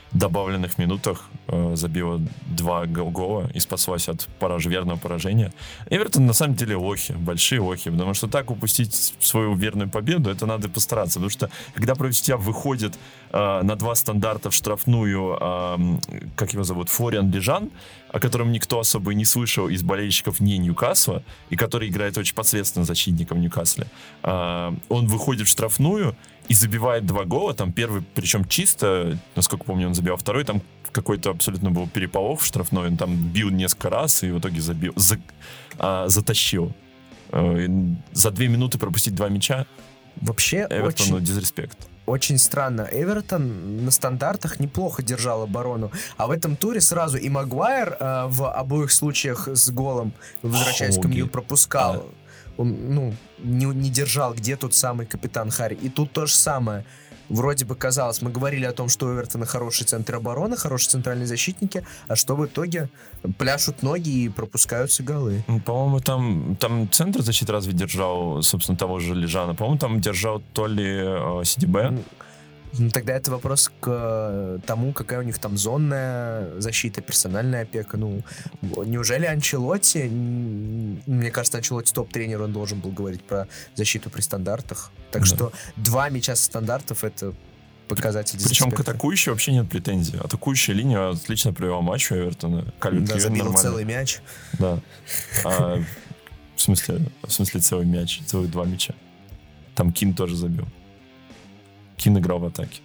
добавленных минутах э, забила два гола и спаслась от пораж... верного поражения. Эвертон на самом деле лохи, большие лохи, потому что так упустить свою верную победу, это надо постараться, потому что когда против тебя выходит э, на два стандарта в штрафную, э, как его зовут, Флориан Лежан, о котором никто особо и не слышал из болельщиков не Ньюкасла, и который играет очень посредственно защитником Ньюкасля, э, он выходит в штрафную и забивает два гола, там первый, причем чисто, насколько помню, он забил, а второй там какой-то абсолютно был переполох в штрафной, он там бил несколько раз и в итоге забил, за, а, затащил. А, за две минуты пропустить два мяча. Вообще Эвертону очень, дизреспект. Очень странно. Эвертон на стандартах неплохо держал оборону, а в этом туре сразу и Магуайр э, в обоих случаях с голом, возвращаясь Хоуги. к Мью, пропускал. А. Он, ну, не, не держал, где тот самый капитан Харри. И тут то же самое. Вроде бы казалось, мы говорили о том, что у Эвертона хороший центр обороны, хорошие центральные защитники, а что в итоге пляшут ноги и пропускаются голы. Ну, по-моему, там, там центр защиты разве держал, собственно, того же Лежана? По-моему, там держал то ли э, Си Ди Би. Ну, тогда это вопрос к тому, какая у них там зонная защита, персональная опека. Ну, неужели Анчелотти, мне кажется, Анчелотти топ-тренер, он должен был говорить про защиту при стандартах. Так да. Что два мяча со стандартов — это показатель дизреспекта. Причем к атакующей вообще нет претензий. Атакующая линия отлично провела матч у Эвертона. Да, забила целый мяч. Да. А, в смысле, в смысле целый мяч, целых два мяча. Там Кин тоже забил. Кин играл в атаке.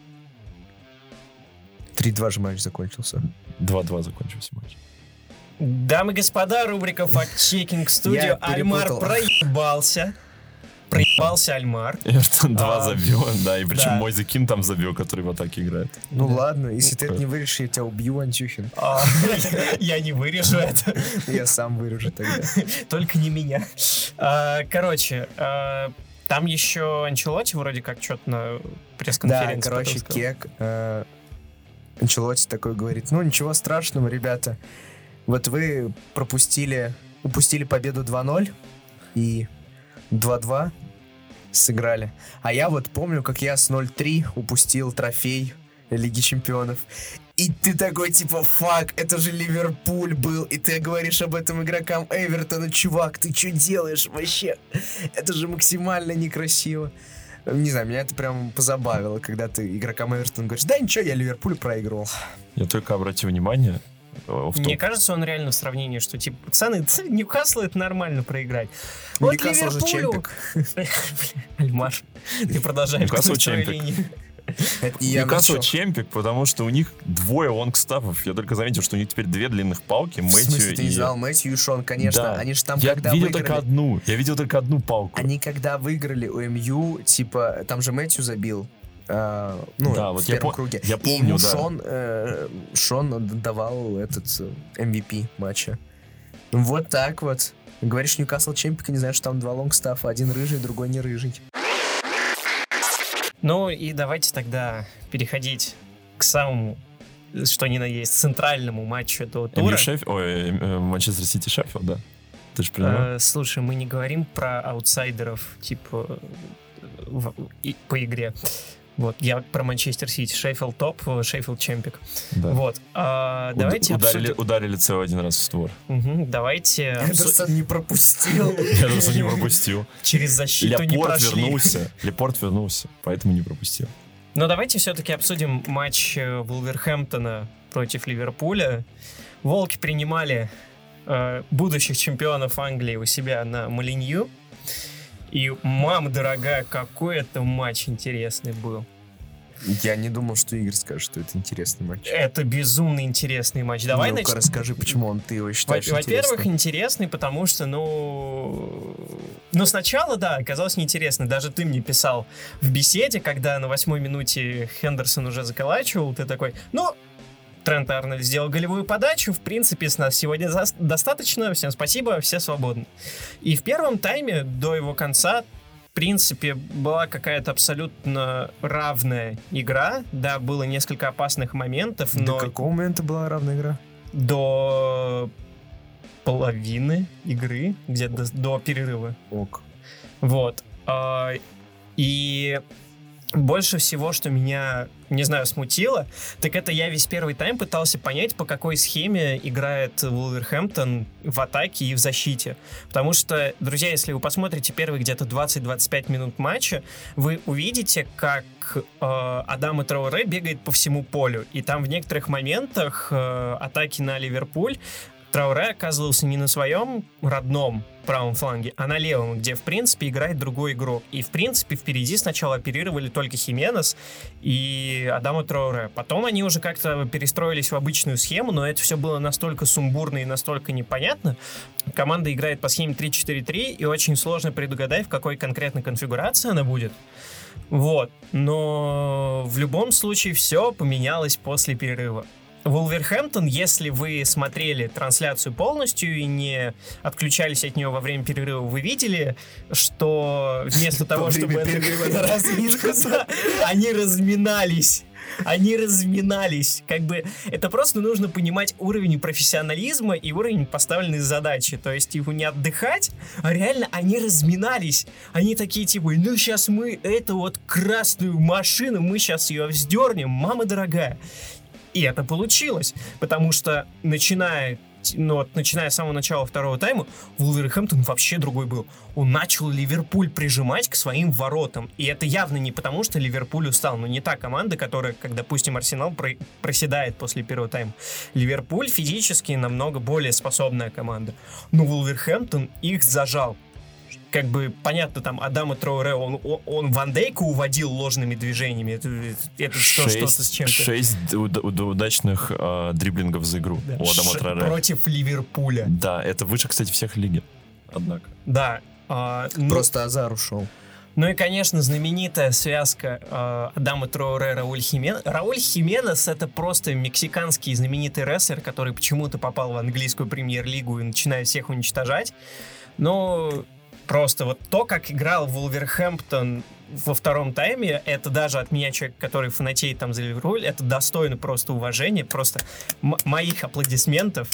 три-два же матч закончился. два-два закончился матч. Дамы и господа, рубрика «Факт-чекинг студио». Альмар проебался. Проебался Альмар. Эвертон два а, забил, да, и причем да. Мойзе Кин там забил, который в атаке играет. Ну да. Ладно, если ты это не вырежешь, я тебя убью, Антюхин. А, я не вырежу это. Я сам вырежу тогда. Только не меня. Короче, там еще Анчелотти вроде как что-то на пресс-конференции. Да, короче, Кек. Э, Анчелотти такой говорит: ну, ничего страшного, ребята. Вот вы пропустили, упустили победу два-ноль и два-два сыграли. А я вот помню, как я с ноль-три упустил трофей Лиги Чемпионов. И ты такой, типа, фак, это же Ливерпуль был, и ты говоришь об этом игрокам Эвертона: чувак, ты что делаешь вообще? Это же максимально некрасиво. Не знаю, меня это прям позабавило, когда ты игрокам Эвертона говоришь: да ничего, я Ливерпуль проигрывал. Я только обратил внимание... Мне кажется, он реально в сравнении, что, типа, пацаны, Ньюкаслу это нормально проиграть. Вот Ньюкасл же чемпик. Альмар, ты продолжаешь Ньюкасл чемпик. Ньюкасл чемпик, потому что у них двое лонгстафов. Я только заметил, что у них теперь две длинных палки. В смысле, ты не знал? Мэтью и Шон, конечно. Да. Они же там, я когда видел выиграли... только одну. Я видел только одну палку. Они когда выиграли у МЮ, типа, там же Мэтью забил. Uh, ну, да, в вот первом я круге. Я помню, и ему да. Шон, э, Шон давал этот эм ви пи матча. Вот так вот. Говоришь, Ньюкасл чемпик, не знаешь, что там два лонгстафа. Один рыжий, другой не рыжий. Ну и давайте тогда переходить к самому, что ни на есть, центральному матчу этого тура. Шеф... Ой, Манчестер Сити Шеффилд, да. Ты же понимаешь? Э, слушай, мы не говорим про аутсайдеров, типа, в, и, по игре. Вот, я про Манчестер Сити. Шеффилд топ, Шеффилд чемпик. Да. Вот. А, Уд- давайте ударили, обсудим... ударили целый один раз в створ. Угу, давайте... Эдерсон не пропустил. Эдерсон не пропустил. Через защиту не прошли. вернулся. Лепорт вернулся, поэтому не пропустил. Но давайте все-таки обсудим матч Вулверхэмптона против Ливерпуля. Волки принимали э, будущих чемпионов Англии у себя на Молинью. И, мама дорогая, какой это матч интересный был. Я не думал, что Игорь скажет, что это интересный матч. Это безумно интересный матч. Давай ну, начнем. Расскажи, почему он, ты его считаешь Во- интересным. Во-первых, интересный, потому что, ну... Ну, сначала, да, оказалось неинтересно. Даже ты мне писал в беседе, когда на восьмой минуте Хендерсон уже заколачивал, ты такой, ну... Трент Арнольд сделал голевую подачу. В принципе, с нас сегодня за- достаточно. Всем спасибо, все свободны. И в первом тайме, до его конца, в принципе, была какая-то абсолютно равная игра. Да, было несколько опасных моментов, но... До какого момента была равная игра? До половины игры, где-то до, до перерыва. Ок. Вот. А, и... больше всего, что меня, не знаю, смутило, так это я весь первый тайм пытался понять, по какой схеме играет Вулверхэмптон в атаке и в защите. Потому что, друзья, если вы посмотрите первые где-то двадцать-двадцать пять минут матча, вы увидите, как э, Адама Траоре бегает по всему полю. И там в некоторых моментах э, атаки на Ливерпуль Трауре оказывался не на своем родном правом фланге, а на левом, где, в принципе, играет другой игрок. И, в принципе, впереди сначала оперировали только Хименес и Адама Трауре. Потом они уже как-то перестроились в обычную схему, но это все было настолько сумбурно и настолько непонятно. Команда играет по схеме три четыре три, и очень сложно предугадать, в какой конкретно конфигурации она будет. Вот. Но в любом случае все поменялось после перерыва. Вулверхэмптон, если вы смотрели трансляцию полностью и не отключались от нее во время перерыва, вы видели, что вместо того, чтобы они разминались. Они разминались. Как бы это просто нужно понимать уровень профессионализма и уровень поставленной задачи. То есть его не отдыхать, а реально они разминались. Они такие типа, ну сейчас мы эту вот красную машину, мы сейчас ее вздернем, мама дорогая. И это получилось, потому что начиная, ну, вот, начиная с самого начала второго тайма, Вулверхэмптон вообще другой был. Он начал Ливерпуль прижимать к своим воротам. И это явно не потому, что Ливерпуль устал. Но не та команда, которая, как, допустим, Арсенал про- проседает после первого тайма. Ливерпуль физически намного более способная команда. Но Вулверхэмптон их зажал. Как бы, понятно, там, Адама Траоре, он, он, он Ван Дейка уводил ложными движениями. Это, это что, что-то с чем-то. Шесть уд- уд- удачных э, дриблингов за игру да. у Адама Ш- Траоре. Против Ливерпуля. Да, это выше, кстати, всех лиги. Однако. Да. А, ну, Просто Азар ушел. Ну и, конечно, знаменитая связка э, Адама Траоре, Рауль Хименес. Рауль Хименес — это просто мексиканский знаменитый рестлер, который почему-то попал в английскую премьер-лигу и начинает всех уничтожать. Но... Просто вот то, как играл Вулверхэмптон во втором тайме, это даже от меня, человек, который фанатеет там за Ливерпуль, это достойно просто уважения, просто м- моих аплодисментов.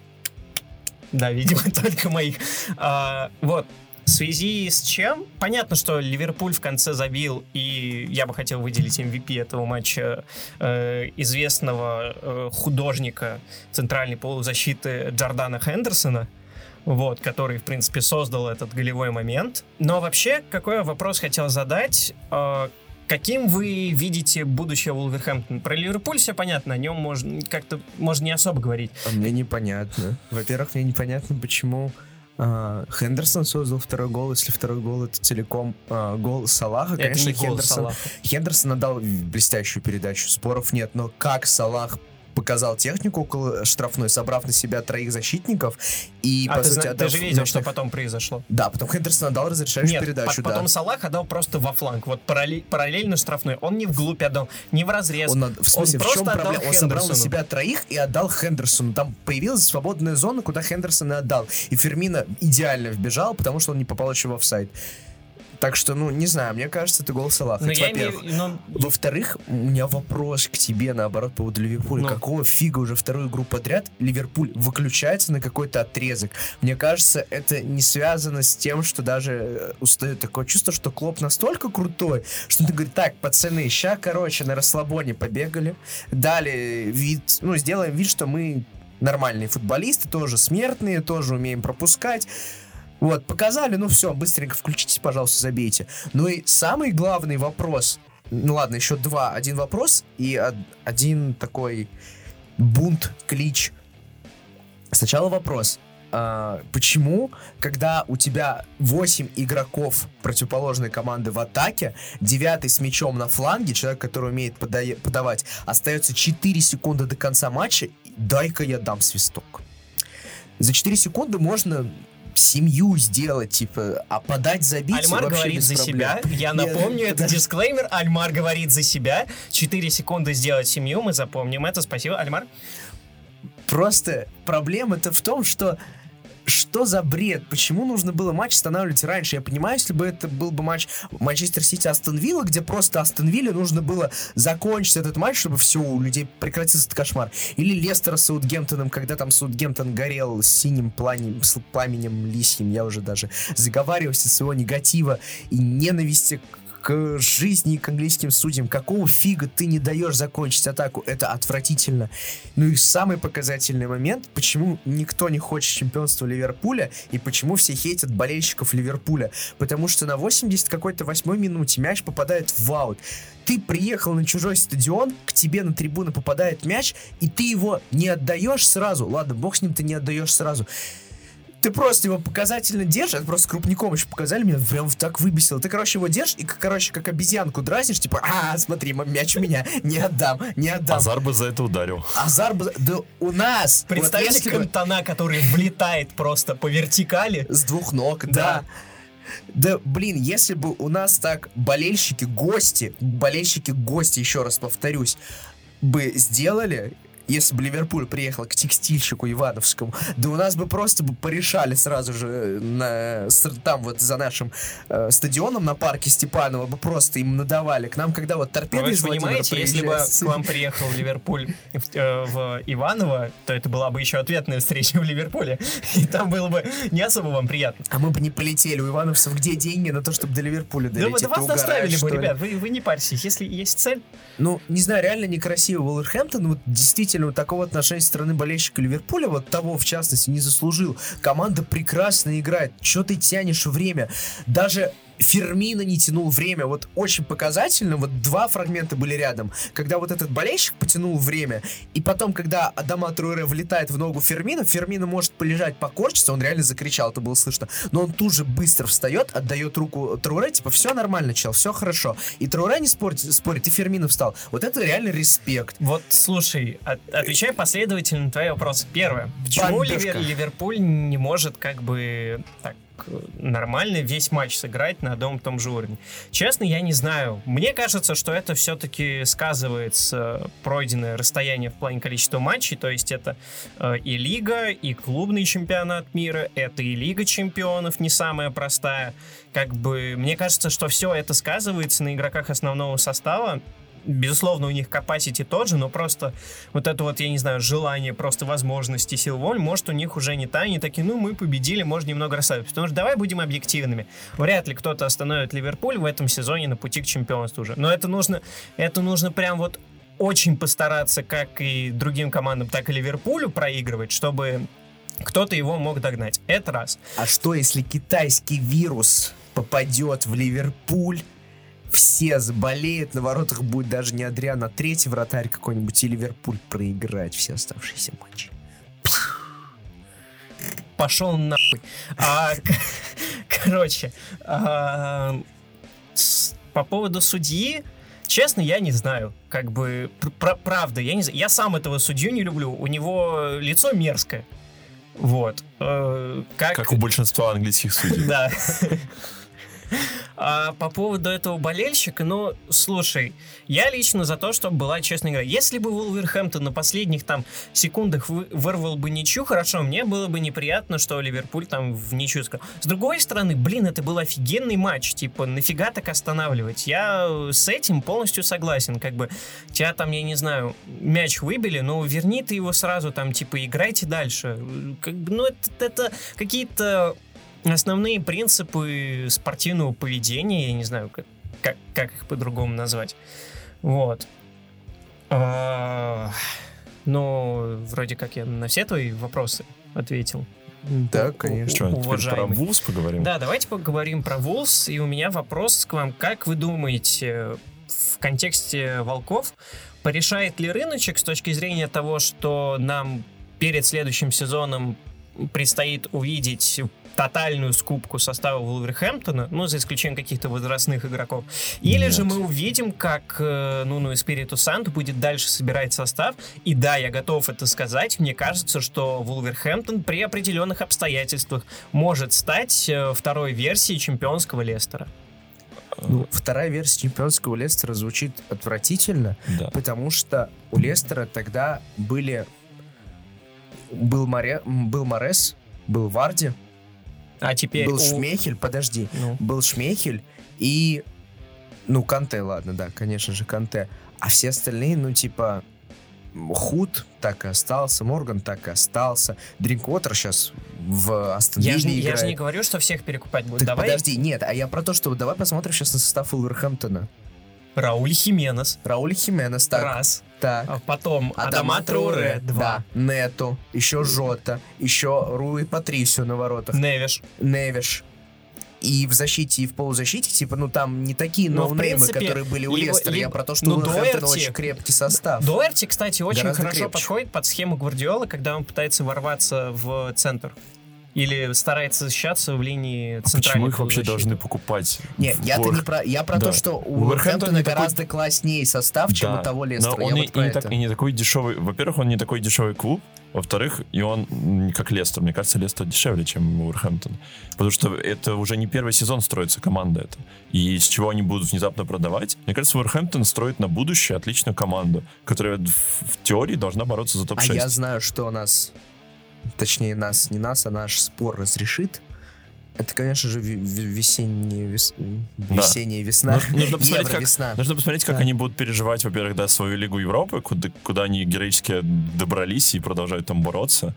Да, видимо, только моих. А, вот. В связи с чем? Понятно, что Ливерпуль в конце забил, и я бы хотел выделить эм ви пи этого матча э, известного э, художника центральной полузащиты Джордана Хендерсона. Вот, который, в принципе, создал этот голевой момент. Но вообще, какой вопрос хотел задать? Э, каким вы видите будущее Вулверхэмптона? Про Ливерпуль все понятно, о нем можно как-то можно не особо говорить. А мне непонятно. Во-первых, мне непонятно, почему э, Хендерсон создал второй гол, если второй гол это целиком э, гол Салаха. Это Конечно, не гол Хендерсон, Салаха. Хендерсон отдал блестящую передачу, споров нет, но как Салах показал технику около штрафной, собрав на себя троих защитников и, а по ты, сути, зна- отдав... ты же видел, что потом произошло. Да, потом Хендерсон отдал разрешающую Нет, передачу, по- потом да. Салах отдал просто во фланг, вот параллель, параллельно штрафной. Он не вглубь отдал, не в разрез. Он, в смысле, он в чем просто проблема? Он собрал на себя троих и отдал Хендерсону. Там появилась свободная зона, куда Хендерсон и отдал. И Фермино идеально вбежал, потому что он не попал еще в офсайд. Так что, ну, не знаю, мне кажется, это гол Салаха. Это, во-первых. Имею, но... Во-вторых, у меня вопрос к тебе, наоборот, по поводу Ливерпуля. Ну. Какого фига уже вторую игру подряд Ливерпуль выключается на какой-то отрезок? Мне кажется, это не связано с тем, что даже устает такое чувство, что Клоп настолько крутой, что он говорит: так, пацаны, ща, короче, на расслабоне побегали, дали вид, ну, сделаем вид, что мы нормальные футболисты, тоже смертные, тоже умеем пропускать. Вот, показали, ну все, быстренько включитесь, пожалуйста, забейте. Ну и самый главный вопрос, ну ладно, еще два, один вопрос и од- один такой бунт, клич. Сначала вопрос, а, почему, когда у тебя восемь игроков противоположной команды в атаке, девятый с мячом на фланге, человек, который умеет пода- подавать, остается четыре секунды до конца матча, дай-ка я дам свисток. За четыре секунды можно... семью сделать, типа, а подать, забить Альмар вообще говорит без за проблем. себя. Я напомню, это дисклеймер. Альмар говорит за себя. четыре секунды сделать семью, мы запомним это. Спасибо, Альмар. Просто проблема-то в том, что что за бред? Почему нужно было матч останавливать раньше? Я понимаю, если бы это был бы матч Манчестер Сити Астон Вилла, где просто Астон Вилле нужно было закончить этот матч, чтобы все, у людей прекратился этот кошмар. Или Лестера с Саутгемптоном, когда там Саутгемптон горел синим пламенем, пламенем лисьим. Я уже даже заговариваюсь от своего негатива и ненависти к жизни и к английским судьям. Какого фига ты не даешь закончить атаку? Это отвратительно. Ну и самый показательный момент, почему никто не хочет чемпионства Ливерпуля и почему все хейтят болельщиков Ливерпуля. Потому что на восемьдесят какой-то восьмой минуте мяч попадает в аут. Ты приехал на чужой стадион, к тебе на трибуны попадает мяч, и ты его не отдаешь сразу. Ладно, бог с ним, ты не отдаешь сразу. Ты просто его показательно держишь, это просто крупником еще показали, меня прям так выбесило. Ты, короче, его держишь и, короче, как обезьянку дразнишь, типа, а, смотри, мяч у меня, не отдам, не отдам. Азар бы за это ударил. Азар бы, да у нас... Представьте вот Кантона, бы... который влетает просто по вертикали. С двух ног, да. Да, блин, если бы у нас так болельщики, гости, болельщики, гости, еще раз повторюсь, бы сделали... Если бы Ливерпуль приехал к текстильщику Ивановскому, да у нас бы просто бы порешали сразу же на, там вот за нашим э, стадионом на парке Степанова бы просто им надавали. К нам, когда вот торпеды из Владимира понимаете, если бы к вам приехал Ливерпуль в, э, в Иваново, то это была бы еще ответная встреча в Ливерпуле, и там было бы не особо вам приятно. А мы бы не полетели у ивановцев. Где деньги на то, чтобы до Ливерпуля долететь? Да, да вас доставили бы, ребят, вы, вы не парьтесь, если есть цель. Ну, не знаю, реально некрасиво Вулверхэмптон, вот действительно вот такого отношения со стороны болельщика Ливерпуля, вот того, в частности, не заслужил. Команда прекрасно играет. Чё ты тянешь время? Даже Фермино не тянул время. Вот очень показательно, вот два фрагмента были рядом. Когда вот этот болельщик потянул время, и потом, когда Адама Труэре влетает в ногу Фермино, Фермино может полежать, покорчиться, он реально закричал, это было слышно. Но он тут же быстро встает, отдает руку Труэре, типа, все нормально, чел, все хорошо. И Труэре не спорит, спорит, и Фермино встал. Вот это реально респект. Вот, слушай, от, отвечаю последовательно на твои вопросы. Первое. Почему Ливер, Ливерпуль не может, как бы, так, нормально весь матч сыграть на одном и том же уровне? Честно, я не знаю. Мне кажется, что это все-таки сказывается пройденное расстояние в плане количества матчей, то есть это э, и лига, и клубный чемпионат мира, это и лига чемпионов, не самая простая. Как бы, мне кажется, что все это сказывается на игроках основного состава. Безусловно, у них capacity тот же, но просто вот это вот, я не знаю, желание, просто возможности, сил воли, может, у них уже не та, они такие, ну, мы победили, можно немного расслабиться. Потому что давай будем объективными. Вряд ли кто-то остановит Ливерпуль в этом сезоне на пути к чемпионству уже. Но это нужно, это нужно прям вот очень постараться, как и другим командам, так и Ливерпулю проигрывать, чтобы кто-то его мог догнать. Это раз. А что, если китайский вирус попадет в Ливерпуль? Все заболеют, на воротах будет даже не Адриан, а третий вратарь какой-нибудь, и Ливерпуль проиграет все оставшиеся матчи. Пошел нахуй. А, короче, а, с, по поводу судьи, честно, я не знаю. Как бы, пр- правда, я не знаю. Я сам этого судью не люблю. У него лицо мерзкое. Вот. А, как... как у большинства английских судей. Да. А по поводу этого болельщика, ну, слушай, я лично за то, чтобы была честная игра. Если бы Вулверхэмптон на последних там секундах вы, вырвал бы ничью, хорошо, мне было бы неприятно, что Ливерпуль там в ничью сказал. С другой стороны, блин, это был офигенный матч, типа, нафига так останавливать? Я с этим полностью согласен, как бы, тебя там, я не знаю, мяч выбили, но верни ты его сразу, там, типа, играйте дальше. Как бы, ну, это, это какие-то... основные принципы спортивного поведения, я не знаю, как, как, как их по-другому назвать. Вот. А, ну, вроде как я на все твои вопросы ответил. Да, конечно. Что, теперь про Вулс поговорим? Да, давайте поговорим про Вулс. И у меня вопрос к вам. Как вы думаете, в контексте волков, порешает ли рыночек с точки зрения того, что нам перед следующим сезоном предстоит увидеть тотальную скупку состава Вулверхэмптона, ну, за исключением каких-то возрастных игроков. Или Нет. же мы увидим, как Нуну Эспириту Санту будет дальше собирать состав. И да, я готов это сказать. Мне кажется, что Вулверхэмптон при определенных обстоятельствах может стать второй версией чемпионского Лестера. Ну, вторая версия чемпионского Лестера звучит отвратительно, да. потому что у Лестера тогда были... Был, Море... был Морес, был Варди, а теперь был у... Шмейхель, подожди, ну. был Шмейхель и, ну, Канте, ладно, да, конечно же, Канте. А все остальные, ну, типа, Худ так и остался, Морган так и остался, Дринквотер сейчас в Астон Вилле Я же, играет. я же не говорю, что всех перекупать будут. Так Давай подожди, нет, а я про то, что давай посмотрим сейчас на состав Вулверхэмптона. Рауль Хименес. Рауль Хименес, так. Раз. Так. А потом Адама Трауре. Два. Да. Нету. Еще Жота. Еще Руи Патрисио на воротах. Невиш. Невиш. И в защите, и в полузащите, типа, ну там не такие Но, в ноунеймы, принципе, которые были у либо- Лестера. Я либо- про то, что ну, у Вулверхэмптона Доэрти- очень крепкий состав. Доэрти, кстати, очень Гораздо хорошо крепче. подходит под схему Гвардиолы, когда он пытается ворваться в центр. Или старается защищаться в линии А почему центральной их вообще полузащиты. должны покупать? Нет, я-то Вулвер- не про... Я про Да. то, что у Вулверхэмптон Вулверхэмптона не такой- гораздо класснее состав, чем Да, у того но Лестера. он Я и, вот про и не это. так- и не такой дешевый. Во-первых, он не такой дешевый клуб. Во-вторых, и он м, как Лестер. Мне кажется, Лестер дешевле, чем Вулверхэмптон. Потому что это уже не первый сезон строится команда эта. И с чего они будут внезапно продавать? Мне кажется, Вулверхэмптон строит на будущее отличную команду, которая в, в теории должна бороться за топ А шесть. я знаю, что нас, точнее нас, не нас, а наш спор разрешит. Это, конечно же, ви- ви- весенняя, вес... весенняя весна, Ну, нужно посмотреть, как- Евровесна. Нужно посмотреть, как Да. они будут переживать, во-первых, да, свою Лигу Европы, куда, куда они героически добрались и продолжают там бороться.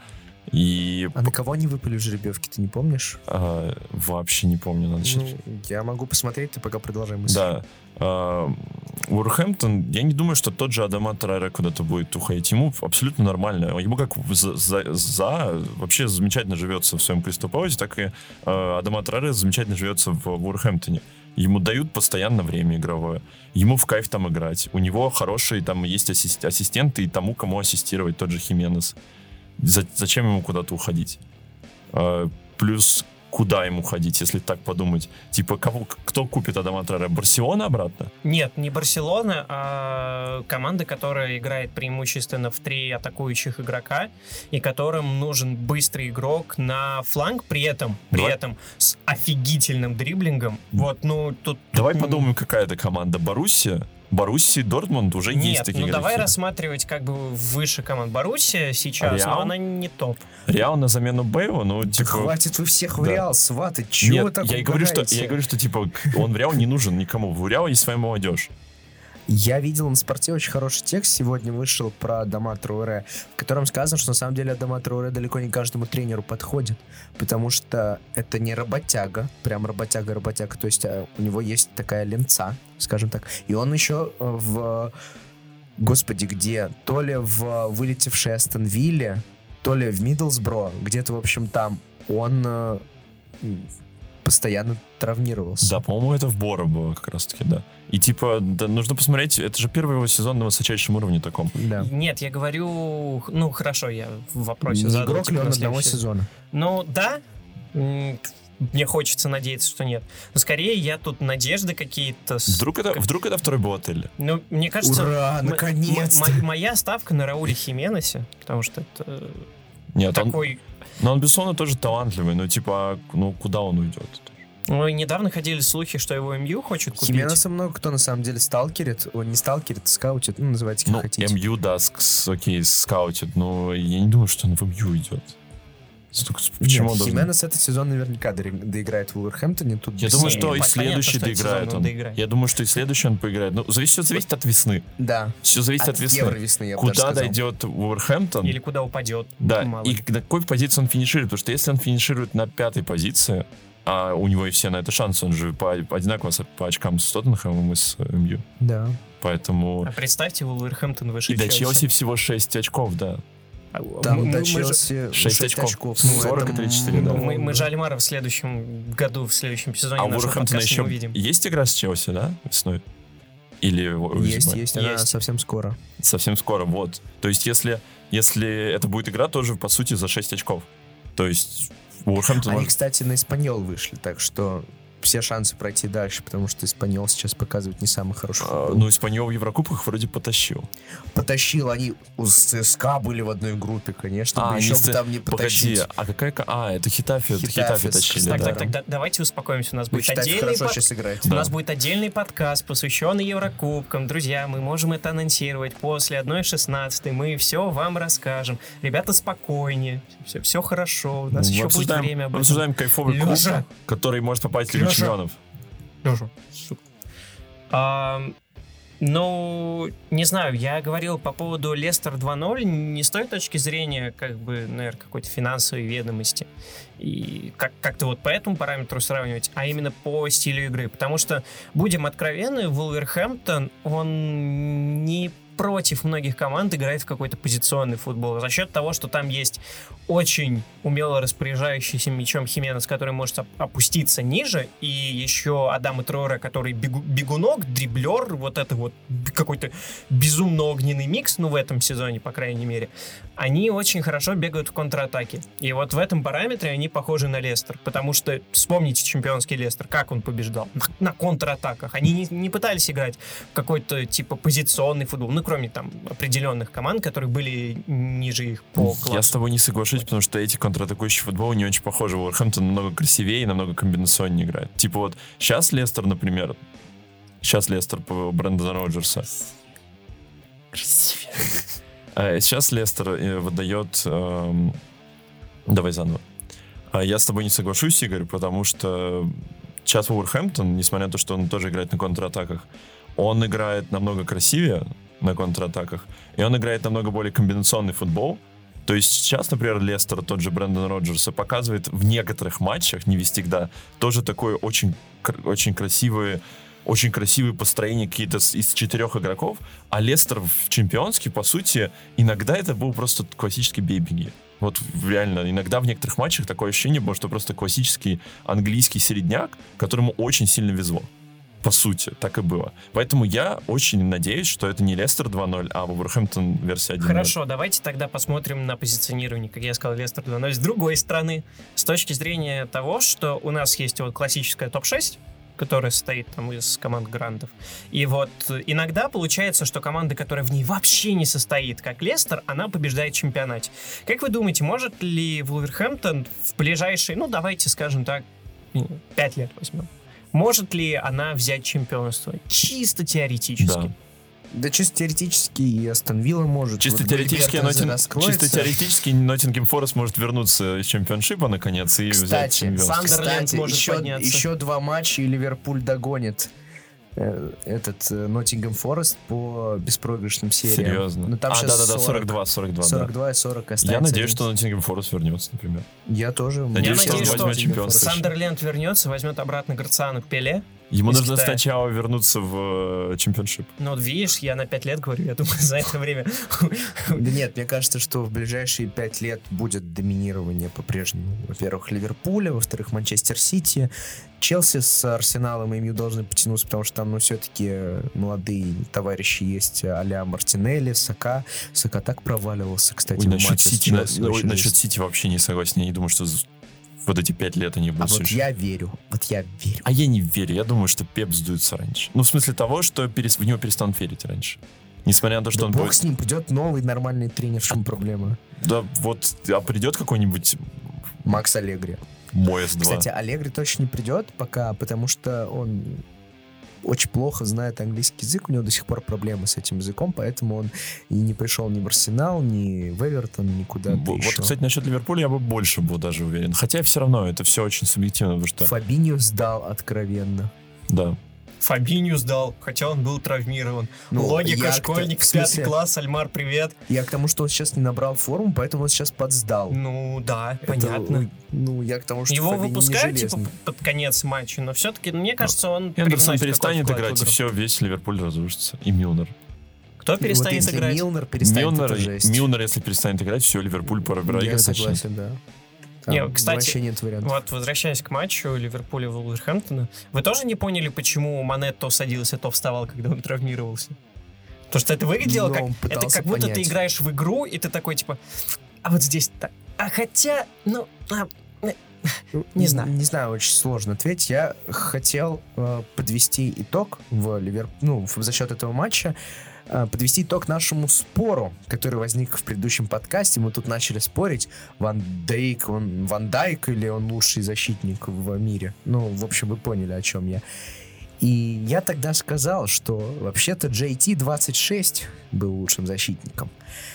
И А на кого они выпали в жеребьевке, ты не помнишь? а, вообще не помню, надо сейчас. Ну, я могу посмотреть, ты пока продолжай мысль. Да. А, Вулверхэмптон, я не думаю, что тот же Адама Трауре куда-то будет уходить. Ему абсолютно нормально. Ему как за, за- за- вообще замечательно живется в своем Кристал Пэласе, так и а, Адама Трауре замечательно живется в Вулверхэмптоне. Ему дают постоянно время игровое. Ему в кайф там играть. У него хорошие там есть ассист- ассистенты и тому, кому ассистировать, тот же Хименес. За- зачем ему куда-то уходить? А, плюс куда ему ходить, если так подумать? Типа, кого, кто купит Адама Трауре? Барселона обратно? Нет, не Барселона, а команда, которая играет преимущественно в три атакующих игрока, и которым нужен быстрый игрок на фланг, при этом, при Давай. этом с офигительным дриблингом. Вот, ну, тут... Давай тут, подумаем, какая это команда. Боруссия? Боруссия, Дортмунд уже есть Нет, такие ну игроки. давай рассматривать как бы выше команд Боруссия сейчас, Реал? но она не топ. Реал на замену Бейла, ну, Да типа... хватит вы всех в Да. Реал, сваты, чего вы Нет, так я и, говорю, что, угораете? я и говорю, что, типа, он в Реал не нужен никому. В Реал есть своя молодежь. Я видел на спорте очень хороший текст, сегодня вышел про Адама Трауре, в котором сказано, что на самом деле Адама Трауре далеко не каждому тренеру подходит, потому что это не работяга, прям работяга-работяга, то есть э, у него есть такая ленца, скажем так, и он еще э, в, господи, где, то ли в вылетевшей Астон Вилле, то ли в Миддлсбро, где-то, в общем, там он э, постоянно травмировался. Да, по-моему, это в Боро было как раз-таки, да. И, типа, да, нужно посмотреть, это же первый его сезон на высочайшем уровне таком. Да. Нет, я говорю... Ну, хорошо, я в вопросе Не задал, игрок типа, ли он на одного следующий- сезона? Ну, да. М, Мне хочется надеяться, что нет. Но скорее я тут надежды какие-то... с- Вдруг это, вдруг это второй Балотелли? Ну, мне кажется... Ура, м- наконец-то! м- м- моя ставка на Рауле Хименесе, потому что это Нет, он, такой... но он, безусловно, тоже талантливый, но, типа, ну, куда он уйдет? Ну, и недавно ходили слухи, что его МЮ хочет купить. Хименеса много кто на самом деле сталкерит, он не сталкерит, скаутит, ну называйте как Ну, хотите. МЮ, да, с- с- окей, скаутит, но я не думаю, что он в МЮ идет. Столько- Почему Нет, он должен- Хименес этот сезон наверняка дои- доиграет в Вулверхэмптоне. Тут Я без думаю, Не, что и понятно, следующий что этот доиграет сезон он он. доиграет. Я думаю, что и следующий он поиграет. Ну, зависит, все зависит от весны. Да. Все зависит от, От весны. Евровесны, я бы даже Куда сказал. дойдет Вулверхэмптон? Или куда упадет. Да, Мало и ли. на какой позиции он финиширует? Потому что если он финиширует на пятой позиции, а у него и все на это шансы, он же по, одинаково с- по очкам с Тоттенхэмом и с МЮ. Да. Поэтому... А представьте, Вулверхэмптон выше И до Челси всего шесть очков, да. А, Там мы- до мы- мы же- Челси шесть шесть очков. Ну, сорок это и тридцать четыре, да. Ну, мы, мы много. же Альмара в следующем году, в следующем сезоне А у нашего Вулверхэмптона подкаста еще не увидим. есть игра с Челси, да, весной? Или в- Есть, зимой? есть, она Есть. совсем скоро. Совсем скоро, вот. То есть если, если это будет игра, тоже, по сути, за шесть очков. То есть Вулверхэмптон... Они, может- кстати, на Испаньол вышли, так что все шансы пройти дальше, потому что Испаньол сейчас показывает не самый хороший А, футбол. ну, Испаньол в Еврокубках вроде потащил. Потащил, они с ЦСКА были в одной группе, конечно, А, бы еще они бы с- там не потащить. Погоди, а какая... ко- А, это Хитафи, это Хетафе Хитафи с тащили, Так, да. так, так, да- давайте успокоимся. У нас Ну, будет Хетафе отдельный хорошо под- сейчас играет. У Да. нас будет отдельный подкаст, посвященный Еврокубкам. Друзья, мы можем это анонсировать после одной шестнадцатой. Мы все вам расскажем. Ребята, спокойнее. Все, все хорошо. У нас Мы еще будет обсуждаем- время об мы этом. обсуждаем кайфовый клуб, Лёша! который может попасть в Лигу Лёша! чемпионов. Лёша, сука. А, Ну, не знаю, я говорил по поводу Лестер два ноль не с той точки зрения, как бы, наверное, какой-то финансовой ведомости, и как- как-то вот по этому параметру сравнивать, а именно по стилю игры. Потому что, будем откровенны, Вулверхэмптон, он не против многих команд играет в какой-то позиционный футбол. За счет того, что там есть очень умело распоряжающийся мячом Хименес, который может оп- опуститься ниже, и еще Адама Троуре, который бегу- бегунок, дриблер, вот это вот какой-то безумно огненный микс, ну в этом сезоне, по крайней мере, они очень хорошо бегают в контратаке. И вот в этом параметре они похожи на Лестер, потому что, вспомните чемпионский Лестер, как он побеждал? На, на контратаках. Они не, не пытались играть в какой-то типа позиционный футбол, ну кроме там определенных команд, которые были ниже их по классу. Я с тобой не соглашусь, потому что эти контратакующие футболы не очень похожи. Вулверхэмптон намного красивее и намного комбинационнее играет. Типа вот сейчас Лестер, например, сейчас Лестер по Брэндона Роджерса. Красивее. Сейчас Лестер э, выдает... эм, Давай заново. А Я с тобой не соглашусь, Игорь, потому что сейчас Вулверхэмптон, несмотря на то, что он тоже играет на контратаках, он играет намного красивее на контратаках, и он играет намного более комбинационный футбол. То есть сейчас, например, Лестер, тот же Брэндон Роджерса, показывает в некоторых матчах, не везде, тоже такое очень, очень красивое, очень красивые построения какие-то из четырех игроков, а Лестер в чемпионске, по сути, иногда это был просто классический бей-беги. Вот реально, иногда в некоторых матчах такое ощущение было, что просто классический английский середняк, которому очень сильно везло. По сути, так и было. Поэтому я очень надеюсь, что это не Лестер два ноль, а Вулверхэмптон версия один ноль. Хорошо, давайте тогда посмотрим на позиционирование, как я сказал, Лестер два ноль с другой стороны. С точки зрения того, что у нас есть вот классическая топ шесть, которая состоит там из команд грандов. И вот иногда получается, что команда, которая в ней вообще не состоит, как Лестер, она побеждает в чемпионате. Как вы думаете, может ли Вулверхэмптон в ближайшие, ну давайте скажем так, пять лет возьмем, может ли она взять чемпионство? Чисто теоретически. Да. Да чисто теоретически и Астон Вилла может. Чисто Вот теоретически, Альберто Ноттин... Чисто теоретически Ноттингем Форест может вернуться из чемпионшипа наконец и Кстати, взять чемпионство. Сандерленд Кстати, может еще, подняться. еще два матча, и Ливерпуль догонит э, этот Ноттингем Форест по беспроигрышным сериям. Серьезно? Ну, там а, сейчас да-да-да, сорок, сорок два, сорок два, сорок да. два и сорок остается. Я надеюсь, один. что Ноттингем Форест вернется, например. Я тоже. Я Надеюсь, что он надеюсь, возьмет что чемпионство. Сандерленд вернется, возьмет обратно Грациану к Пеле. Ему из нужно Китая. сначала вернуться в э, чемпионшип. Ну вот видишь, я на пять лет говорю, я думаю, за это время... Да нет, мне кажется, что в ближайшие пять лет будет доминирование по-прежнему. Во-первых, Ливерпуля, во-вторых, Манчестер Сити. Челси с Арсеналом им должны потянуться, потому что там, ну, все-таки молодые товарищи есть а-ля Мартинелли, Сака. Сака так проваливался, кстати, Ой, в насчет матче с Сити, на- Челси. ой, Очень насчет жесть. Сити вообще не согласен. Я не думаю, что з- вот эти пять лет они А будут вот очень- я верю, вот я верю. А я не верю. Я думаю, что Пеп сдуется раньше. Ну, в смысле того, что перес... в него перестанут верить раньше. Несмотря на то, что Да он бог будет... с ним, придет новый нормальный тренер, в чем проблема? Да, вот, а придет какой-нибудь Макс Аллегри. Моэс два. Кстати, Аллегри точно не придет пока, потому что он очень плохо знает английский язык, у него до сих пор проблемы с этим языком, поэтому он и не пришел ни в Арсенал, ни в Эвертон, никуда-то Вот, еще. кстати, насчет Ливерпуля я бы больше был даже уверен. Хотя все равно это все очень субъективно, потому что... Фабиньо сдал откровенно. Да. Фабинью сдал, хотя он был травмирован. Ну, Логика, я школьник, в смысле- пятый класс, Альмар, привет. Я к тому, что он сейчас не набрал форму, поэтому он сейчас подсдал. Ну да, Это, понятно. ну, я к тому, что Его Фабиньо не выпускают, типа, железный. под конец матча, но все-таки, мне кажется, он Эндерсон привносит перестанет какой-то вклад играть, в и игру. все, весь Ливерпуль разрушится. И Милнер. Кто Вот перестанет если играть? Милнер перестанет, Милнер, это жесть. Милнер, если перестанет играть, все, Ливерпуль пора Я проиграть. согласен, да. Там Не, кстати, вообще нет вариантов. Вот, возвращаясь к матчу Ливерпуля и Вулверхэмптона, вы тоже не поняли, почему Мане то садился, то вставал, когда он травмировался? Потому что это выглядело Ну, как... он Это пытался как будто ты понять. играешь в игру, и ты такой, типа, а вот здесь так. А хотя, ну... а, не знаю. Не знаю, очень сложно ответить. Я хотел э, подвести итог в Ливер... ну, в- за счет этого матча, э, подвести итог нашему спору, который возник в предыдущем подкасте. Мы тут начали спорить, Ван Дейк, он Ван Дайк или он лучший защитник в мире. Ну, в общем, вы поняли, о чем я. И я тогда сказал, что вообще-то джей ти двадцать шесть был лучшим защитником.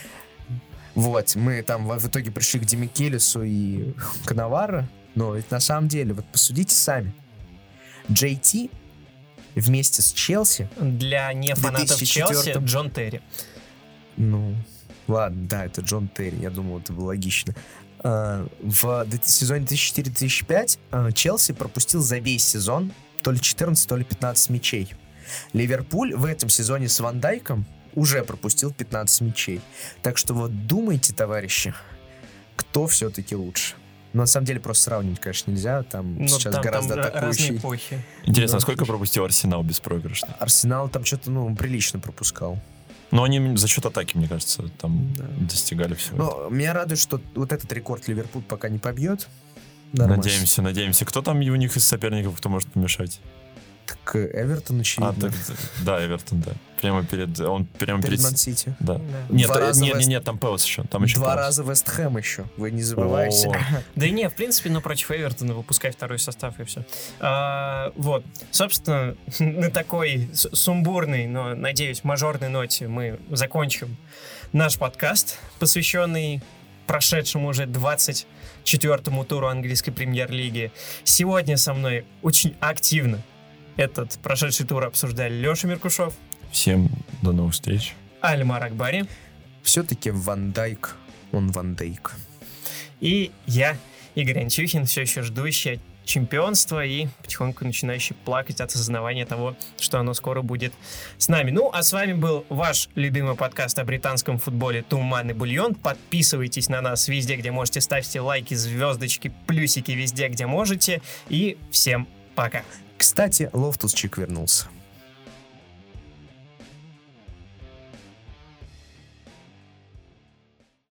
Вот, мы там в в итоге пришли к Демикелису и Канаваро, но ведь на самом деле, вот посудите сами. джей ти вместе с Челси. Для не фанатов Челси Джон Терри. Ну, ладно, да, это Джон Терри, я думал, это было логично. В сезоне две тысячи четыре - две тысячи пять Челси пропустил за весь сезон то ли четырнадцать, то ли пятнадцать мячей. Ливерпуль в этом сезоне с Ван Дайком уже пропустил пятнадцать мячей. Так что вот думайте, товарищи, кто все-таки лучше. Но на самом деле просто сравнивать, конечно, нельзя. Там Но сейчас там, гораздо там атакующий. разные эпохи. Интересно, Да. сколько пропустил Арсенал беспроигрышно? Арсенал там что-то, ну, прилично пропускал. Но они за счет атаки, мне кажется, там Да. достигали всего. Но меня радует, что вот этот рекорд Ливерпуль пока не побьет. Нормально. Надеемся, надеемся. Кто там у них из соперников, кто может помешать? Так Эвертон, очевидно. А, так, да, Эвертон, да. Прямо перед... Он прямо Перед перед... Ман-Сити. Да. Да. Нет, Два э, раза нет, Вест- нет, нет, там Пэлас еще. Там еще Два Пэлас. раза Вест Хэм еще. Вы не забывайте. О. Да и не, в принципе, ну, против Эвертона выпускай второй состав и все. А, вот, собственно, на такой с- сумбурной, но, надеюсь, мажорной ноте мы закончим наш подкаст, посвященный прошедшему уже двадцать четвёртому туру английской премьер-лиги. Сегодня со мной очень активно этот прошедший тур обсуждали Леша Меркушев, Всем до новых встреч. Альмар Акбари Все-таки Ван Дайк, он Ван Дейк. и я, Игорь Антюхин, все еще ждущий чемпионства и потихоньку начинающий плакать от осознавания того, что оно скоро будет с нами. Ну, а с вами был ваш любимый подкаст о британском футболе «Туманный бульон». Подписывайтесь на нас везде, где можете, ставьте лайки, звездочки, плюсики везде, где можете. И всем пока. Кстати, Лофтус-Чик вернулся.